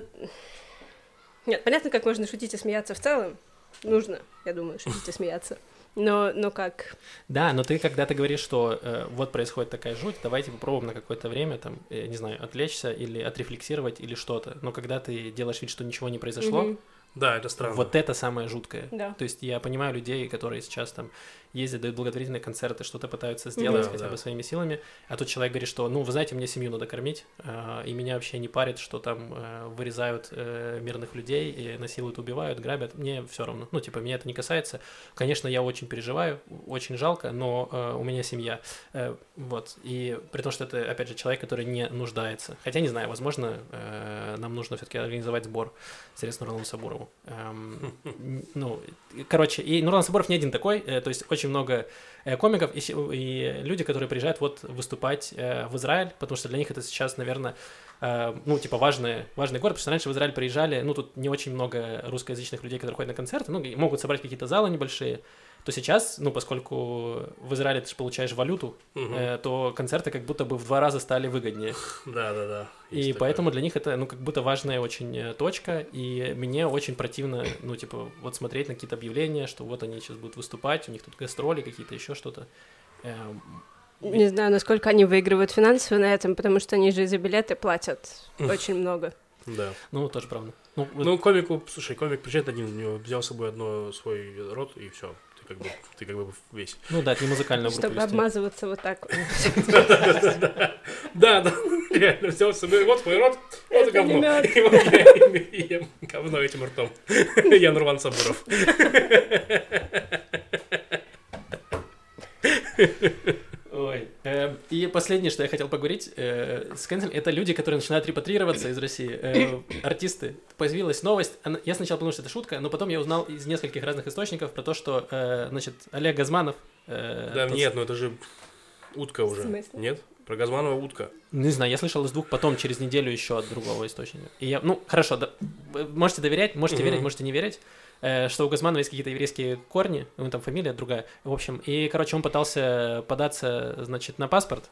Нет, понятно, как можно шутить и смеяться в целом. Нужно, я думаю, шутить и смеяться. Но, но как? Да, но ты когда-то говоришь, что э, вот происходит такая жуть, давайте попробуем на какое-то время, там, э, не знаю, отвлечься или отрефлексировать или что-то. Но когда ты делаешь вид, что ничего не произошло, mm-hmm. да, это странно. Вот это самое жуткое. Да. То есть я понимаю людей, которые сейчас там ездят, дают благотворительные концерты, что-то пытаются сделать mm-hmm. хотя бы да. своими силами, а тут человек говорит, что, ну, вы знаете, мне семью надо кормить, э, и меня вообще не парит, что там э, вырезают э, мирных людей, и насилуют, убивают, грабят, мне все равно. Ну, типа, меня это не касается. Конечно, я очень переживаю, очень жалко, но э, у меня семья. Э, вот. И при том, что это, опять же, человек, который не нуждается. Хотя, не знаю, возможно, э, нам нужно все-таки организовать сбор средств Нурлану Сабурову. Эм, ну, короче, и Нурлан Сабуров не один такой, э, то есть очень много э, комиков и, и люди, которые приезжают вот выступать э, в Израиль, потому что для них это сейчас, наверное, э, ну, типа важный, важный город, потому что раньше в Израиль приезжали, ну, тут не очень много русскоязычных людей, которые ходят на концерты, ну, могут собрать какие-то залы небольшие, то сейчас, ну, поскольку в Израиле ты же получаешь валюту, угу. э, то концерты как будто бы в два раза стали выгоднее. Да-да-да. И такое. Поэтому для них это, ну, как будто важная очень точка, и мне очень противно, ну, типа, вот смотреть на какие-то объявления, что вот они сейчас будут выступать, у них тут гастроли какие-то, еще что-то. Не знаю, насколько они выигрывают финансово на этом, потому что они же за билеты платят очень много. Да. Ну, тоже правда. Ну, вот... ну, комику, слушай, комик приезжает один, у него взял с собой одно свой рот, и все. Ты как бы, ты как бы весь. Ну да, это не музыкальная группа. Чтобы обмазываться вот так. Да, да, реально, взял с собой вот мой рот, вот и говно. И ем говно этим ртом. Я Нурлан Сабуров. Ой. Э, и последнее, что я хотел поговорить э, с Кэнселем, это люди, которые начинают репатрироваться из России. Э, артисты. Появилась новость. Она, я сначала подумал, что это шутка, но потом я узнал из нескольких разных источников про то, что, э, значит, Олег Газманов... Э, да, тот... нет, ну это же утка уже. Нет? Про Газманова утка. Не знаю, я слышал из двух, потом через неделю еще от другого источника. И я, ну, хорошо, да, можете доверять, можете угу. верить, можете не верить. Что у Газманова есть какие-то еврейские корни, у него там фамилия другая, в общем, и, короче, он пытался податься, значит, на паспорт,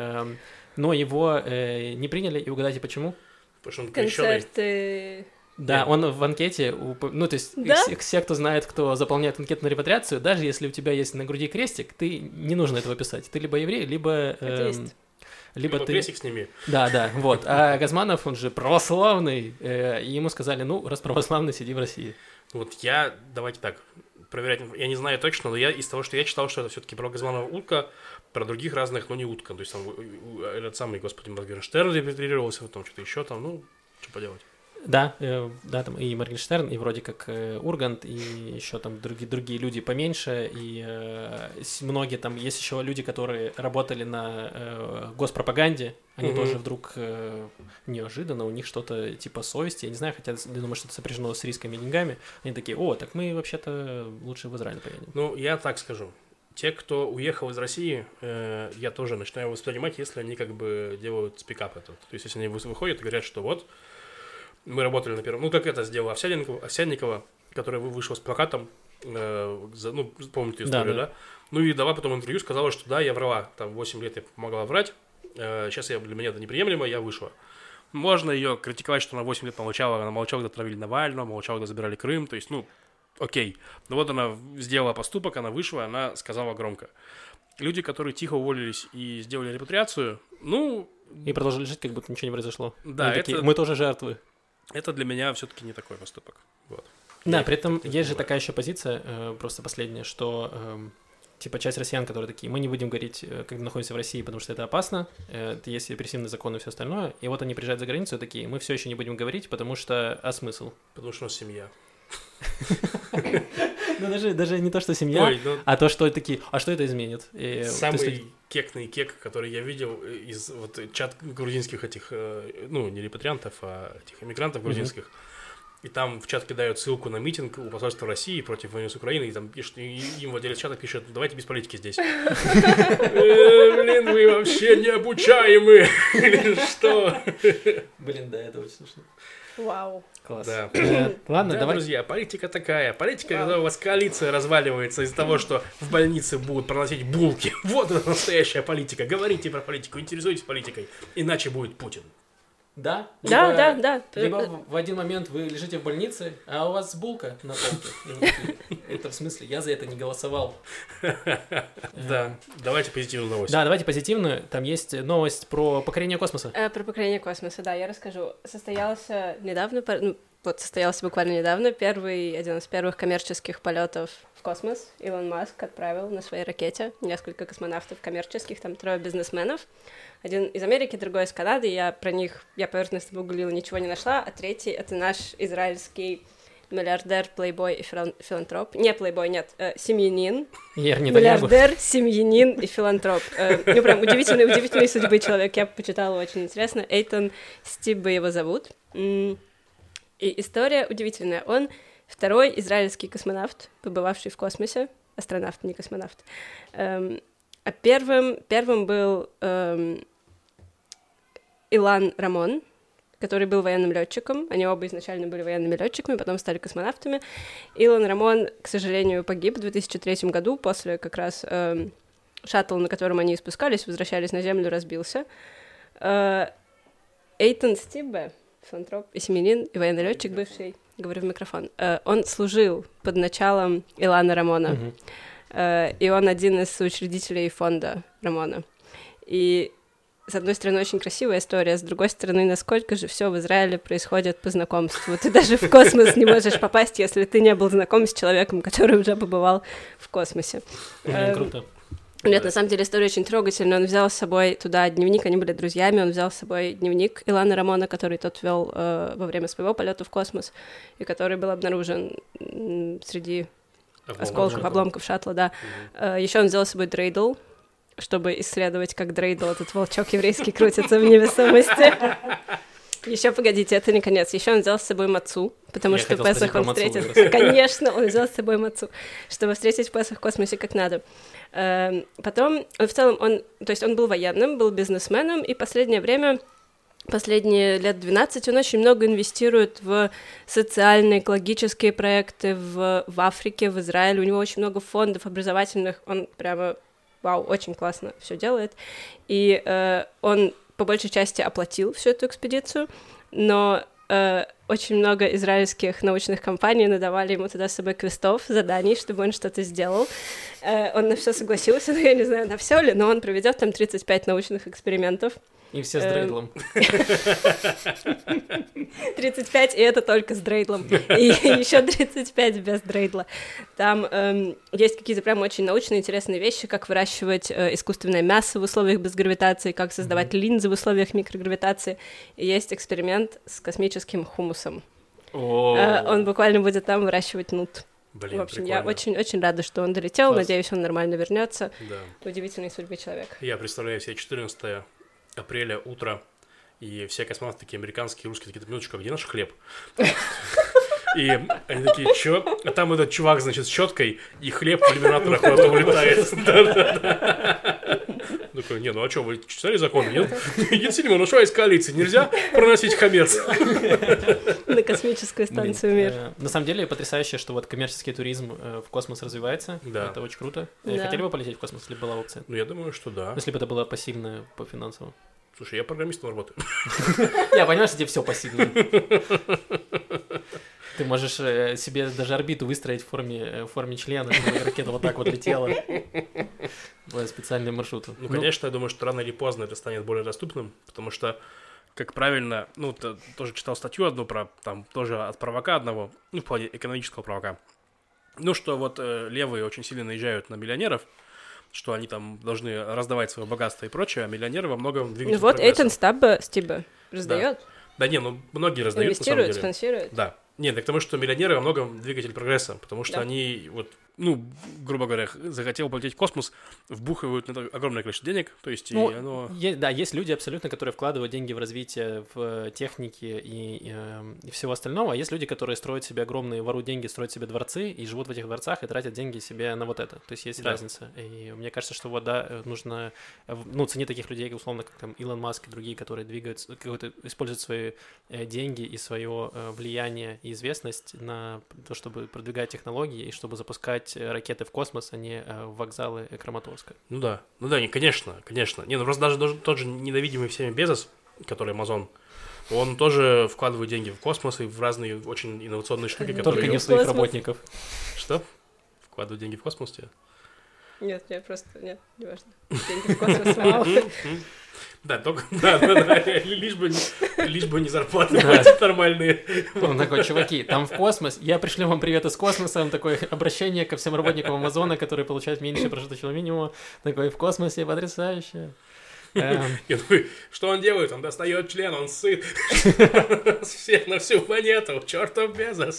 но его не приняли, и угадайте, почему? Потому что он крещеный. Концерты... Да, yeah. он в анкете, ну, то есть да? все, все, кто знает, кто заполняет анкету на репатриацию, даже если у тебя есть на груди крестик, ты не нужно этого писать, ты либо еврей, либо... Эм, либо, либо ты... крестик сними. Да, да, вот, а Газманов, он же православный, э, и ему сказали, ну, раз православный, сиди в России. Вот я, давайте так, проверять, я не знаю точно, но я из того, что я читал, что это все-таки про Газманова утка, про других разных, но не утка. То есть там этот самый, господи, Моргенштерн репатрировался, потом что-то еще там, ну, что поделать. Да, э, да, там и Моргенштерн, и вроде как э, Ургант, и еще там другие, другие люди поменьше, и э, многие там, есть еще люди, которые работали на э, госпропаганде, они угу. тоже вдруг э, неожиданно, у них что-то типа совести, я не знаю, хотя я думаю, что это сопряжено с рисками и деньгами, они такие, о, так мы вообще-то лучше в Израиль поедем. Ну, я так скажу. Те, кто уехал из России, э, я тоже начинаю воспринимать, если они как бы делают спикап этот. То есть, если они выходят и говорят, что вот, мы работали на первом... Ну, как это сделала Овсянникова, Овсянникова которая вышла с плакатом, э, за, ну, помните историю, да, да? да? Ну, и дала потом интервью, сказала, что да, я врала, там, восемь лет я помогла врать, э, сейчас я, для меня это неприемлемо, я вышла. Можно ее критиковать, что она восемь лет молчала, она молчала, когда травили Навального, молчала, когда забирали Крым, то есть, ну, окей. Но вот она сделала поступок, она вышла, она сказала громко. Люди, которые тихо уволились и сделали репатриацию, ну... И продолжили жить, как будто ничего не произошло. Да, это... такие, мы тоже жертвы. Это для меня все-таки не такой поступок. Вот. Да, при этом есть же такая еще позиция, э, просто последняя, что э, типа часть россиян, которые такие, мы не будем говорить, э, когда находимся в России, потому что это опасно, э, это есть репрессивный закон и все остальное, и вот они приезжают за границу и такие, мы все еще не будем говорить, потому что, а смысл? Потому что у нас семья. Ну, даже, даже не то, что семья, Ой, ну... а то, что такие, а что это изменит? И, Самый есть... кекный кек, который я видел из вот чат грузинских этих, ну, не репатриантов, а этих эмигрантов грузинских, mm-hmm. и там в чат кидают ссылку на митинг у посольства России против войны с Украиной, и там пишут, и им владелец чата пишет, давайте без политики здесь. Блин, вы вообще необучаемые! Что? Блин, да, это очень смешно. Вау. Класс. Да. Ладно, да, давай. Друзья, политика такая. Политика, когда у вас коалиция разваливается из-за того, что в больнице будут проносить булки. Вот это настоящая политика. Говорите про политику, интересуйтесь политикой. Иначе будет Путин. Да? Да, либо, да, да. Либо в один момент вы лежите в больнице, а у вас булка на полке. Это в смысле, я за это не голосовал. Да, давайте позитивную новость. Да, давайте позитивную. Там есть новость про покорение космоса. Про покорение космоса, да, я расскажу. Состоялся недавно, ну, вот состоялся буквально недавно первый, один из первых коммерческих полетов в космос. Илон Маск отправил на своей ракете несколько космонавтов коммерческих, там трое бизнесменов. Один из Америки, другой из Канады. Я про них, я поверхностно погуглила, ничего не нашла. А третий — это наш израильский миллиардер, плейбой и филантроп. Не плейбой, нет, э, семьянин. Миллиардер, семьянин и филантроп. Э, ну, прям удивительные, удивительные судьбы человек. Я почитала, очень интересно. Эйтон Стиббе его зовут. И история удивительная. Он второй израильский космонавт, побывавший в космосе. Астронавт, не космонавт. Эм, а первым, первым был эм, Илан Рамон, который был военным летчиком. Они оба изначально были военными летчиками, потом стали космонавтами. Илон Рамон, к сожалению, погиб в две тысячи третьем году, после как раз э, шаттл, на котором они спускались, возвращались на Землю, разбился. Э, Эйтон Стиббе, филантроп и семьянин, и военный летчик бывший, говорю в микрофон, э, он служил под началом Илана Рамона. Mm-hmm. Э, и он один из соучредителей фонда Рамона. И с одной стороны, очень красивая история, с другой стороны, насколько же все в Израиле происходит по знакомству. Ты даже в космос не можешь попасть, если ты не был знаком с человеком, который уже побывал в космосе. Очень круто. Нет, на самом деле история очень трогательная. Он взял с собой туда дневник, они были друзьями, он взял с собой дневник Илана Рамона, который тот вел э, во время своего полета в космос, и который был обнаружен среди обломков, осколков, обломков шаттла, да. Mm-hmm. Э, еще он взял с собой дрейдл, чтобы исследовать, как дрейдл, этот волчок еврейский, крутится в невесомости. Еще погодите, это не конец. Еще он взял с собой мацу, потому Я что в Песах он встретит... Конечно, он взял с собой мацу, чтобы встретить в Песах в космосе как надо. Потом, в целом, он... То есть он был военным, был бизнесменом, и последнее время, последние лет двенадцать, он очень много инвестирует в социальные, экологические проекты в, в Африке, в Израиле. У него очень много фондов образовательных. Он прямо... Вау, очень классно все делает. И э, он по большей части оплатил всю эту экспедицию, но э, очень много израильских научных компаний надавали ему туда с собой квестов, заданий, чтобы он что-то сделал. Э, он на все согласился, но я не знаю, на все ли, но он проведет там тридцать пять научных экспериментов. И все с дрейдлом. тридцать пять, и это только с дрейдлом. И еще тридцать пять без дрейдла. Там эм, есть какие-то прям очень научные, интересные вещи, как выращивать э, искусственное мясо в условиях без гравитации, как создавать mm-hmm. линзы в условиях микрогравитации. И есть эксперимент с космическим хумусом. Oh. Э, он буквально будет там выращивать нут. Блин, в общем, прикольно. Я очень-очень рада, что он долетел. Класс. Надеюсь, он нормально вернется. Да. Удивительной судьбы человек. Я представляю себе четырнадцатое апреля, утро, и все космонавты такие американские, русские такие, минуточку, а где наш хлеб? И они такие, чё? А там этот чувак, значит, с щеткой, и хлеб в иллюминаторах куда-то улетает. Такой, не, ну а что, вы читали закон? Нет? Единый Сильман, ну что из коалиции? Нельзя проносить хамец? На космическую станцию «Мир». На самом деле потрясающе, что вот коммерческий туризм в космос развивается. Это очень круто. Хотели бы полететь в космос, если была опция? Ну, я думаю, что да. Если бы это было посильно по финансово. Слушай, я программистом работаю. Я понимаю, что тебе все посильно. Ты можешь себе даже орбиту выстроить в форме, в форме члена, чтобы ракета вот так вот летела по специальному маршруту. Ну, конечно, я думаю, что рано или поздно это станет более доступным, потому что как правильно, ну, т- тоже читал статью одну про, там, тоже от правака одного, ну, в плане экономического правака. Ну, что вот э, левые очень сильно наезжают на миллионеров, что они там должны раздавать свое богатство и прочее, а миллионеры во многом двигаются. Ну вот Эйтон Стаба, Стиба раздает. Да. да не, ну многие раздают, инвестируют, на самом деле. спонсируют. Да. Нет, так к тому, что миллионеры во многом двигатель прогресса, потому что Да. они, вот, ну, грубо говоря, захотел полететь в космос, вбухивают на это огромное количество денег, то есть Ну, и оно... е- да, есть люди абсолютно, которые вкладывают деньги в развитие, в техники и, и, э, и всего остального, а есть люди, которые строят себе огромные, воруют деньги, строят себе дворцы и живут в этих дворцах и тратят деньги себе на вот это. То есть есть Да. разница. И мне кажется, что вот, да, нужно, э, ну, ценить таких людей, условно, как там Илон Маск и другие, которые двигаются, какой-то, используют свои э, деньги и свое э, влияние и известность на то, чтобы продвигать технологии и чтобы запускать э, ракеты в космос, а не э, в вокзалы Краматорска. Ну да, ну да, не, конечно, конечно. Не, ну просто даже, даже тот же ненавидимый всеми Безос, который Amazon, он тоже вкладывает деньги в космос и в разные очень инновационные штуки, Только которые... Только не в в своих космос. работников. Что? Вкладывают деньги в космос тебе? Нет, я просто... Нет, не важно. Деньги в космос мало. Да, только, да, да, да, лишь бы, не- лишь бы не зарплаты платить нормальные. Он такой, чуваки, там в космос, я пришлю вам привет из космоса, он такое обращение ко всем работникам Амазона, которые получают меньше прожиточного минимума, такой, в космосе потрясающе. Эм, Я такой, что он делает? Он достает член, он сыт. Всех на всю планету, чертов Безос.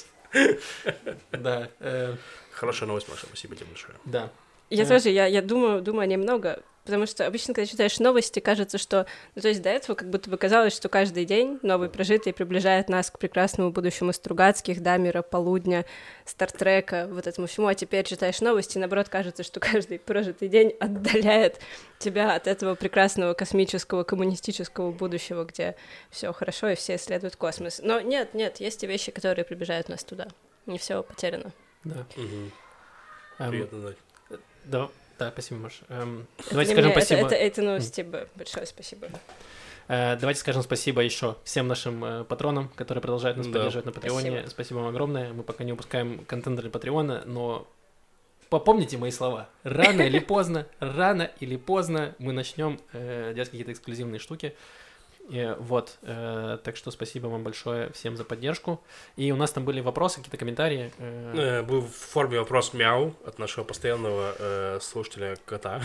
Да, э, Хорошая новость, Маша, спасибо тебе большое. да. Я Да. тоже, я, я думаю, думаю немного, потому что обычно, когда читаешь новости, кажется, что... Ну, то есть до этого как будто бы казалось, что каждый день новый прожитый приближает нас к прекрасному будущему Стругацких, Дамера, Полудня, Стартрека, вот этому всему, а теперь читаешь новости, и наоборот, кажется, что каждый прожитый день отдаляет тебя от этого прекрасного космического, коммунистического будущего, где все хорошо и все исследуют космос. Но нет, нет, есть и вещи, которые приближают нас туда. Не все потеряно. Да. Мгм. Эм, Приятно знать. да, да, спасибо, Маш. Эм, Это Давайте не скажем мне, это- спасибо. Это, это, ну, Стиба. Большое спасибо. Э, Давайте скажем спасибо еще всем нашим э, патронам, которые продолжают нас Да. поддерживать на Патреоне. Спасибо. Спасибо вам огромное. Мы пока не выпускаем контент для Патреона, но попомните мои слова. Рано или поздно, рано или поздно мы начнем э, делать какие-то эксклюзивные штуки. Э, вот, э, так что спасибо вам большое всем за поддержку. И у нас там были вопросы, какие-то комментарии. э, Э, Был в форме вопрос мяу от нашего постоянного э, слушателя кота.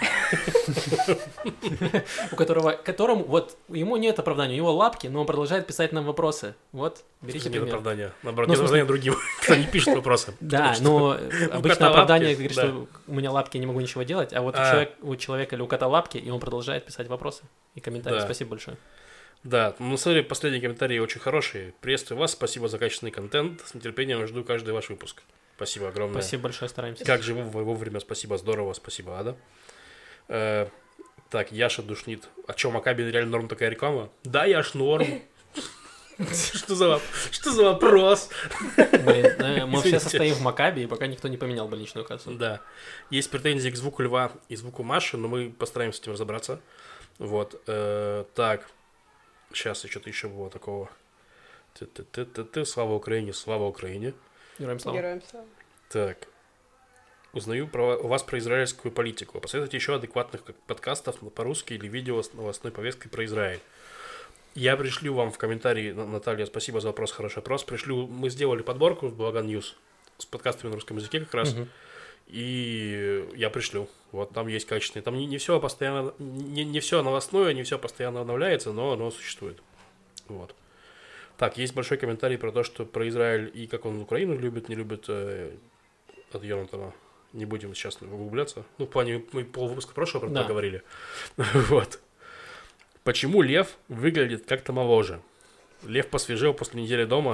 у которого, которому, вот, ему нет оправдания, у него лапки, но он продолжает писать нам вопросы. Вот, берите Нет пример. оправдания. Наоборот, Ну, нет в смысле- оправдания другим, кто не пишет вопросы. Да, Потому что- но кота обычно лапки, оправдание говорит, да. что у меня лапки, я не могу ничего делать, а вот у, А. человек- у человека или у кота лапки, и он продолжает писать вопросы и комментарии. Да. Спасибо большое. Да, ну, смотри, последние комментарии очень хорошие. Приветствую вас, спасибо за качественный контент. С нетерпением жду каждый ваш выпуск. Спасибо огромное. Спасибо большое, стараемся. Как же вы вовремя, спасибо, здорово, спасибо, Ада. Э, так, Яша душнит. А чё, Макаби реально норм такая реклама? Да, Яш, норм. Что за воп- что за вопрос? Блин, э, мы все Извините. состоим в Макаби, и пока никто не поменял больничную кассу. Да. Есть претензии к звуку льва и звуку Маши, но мы постараемся с этим разобраться. Вот. э, Так. Сейчас что-то еще было такого. Ты-ты-ты-ты-ты. Слава Украине, слава Украине. Героям слава. Героям слава. Так. Узнаю про, у вас про израильскую политику. Посоветуйте еще адекватных как подкастов по-русски или видео с новостной повесткой про Израиль. Я пришлю вам в комментарии, Н- Наталья, спасибо за вопрос, хороший вопрос. Пришлю, мы сделали подборку в Благан Ньюс с подкастами на русском языке как раз. Мгм. И я пришлю. Вот там есть качественные. Там не, не все постоянно, не, не все новостное, не все постоянно обновляется, но оно существует. Вот. Так, есть большой комментарий про то, что про Израиль и как он Украину любит, не любит э, от Йонатана. Не будем сейчас углубляться. Ну, в плане, мы полвыпуска прошлого про это Да. говорили. Вот. Почему лев выглядит как-то моложе? Лев посвежел после недели дома.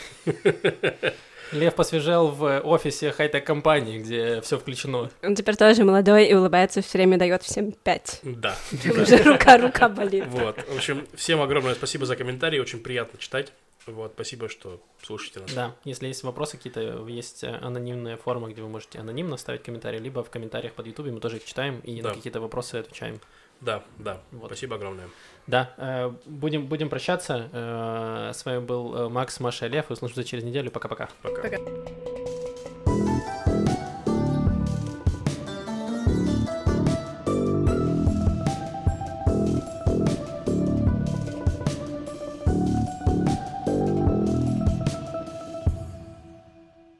Лев посвежел в офисе хай-тек компании, где все включено. Он теперь тоже молодой и улыбается, все время дает всем пять. Да. Уже рука, рука болит. Вот. В общем, всем огромное спасибо за комментарии. Очень приятно читать. Вот. Спасибо, что слушаете нас. Да, если есть вопросы какие-то, есть э, анонимная форма, где вы можете анонимно ставить комментарии, либо в комментариях под Ютубе мы тоже их читаем и Да. на какие-то вопросы отвечаем. Да, да. Вот. Спасибо огромное. Да, э, будем, будем прощаться. Э, С вами был э, Макс, Маша и Лев. Услышимся через неделю. Пока-пока. Пока. Пока.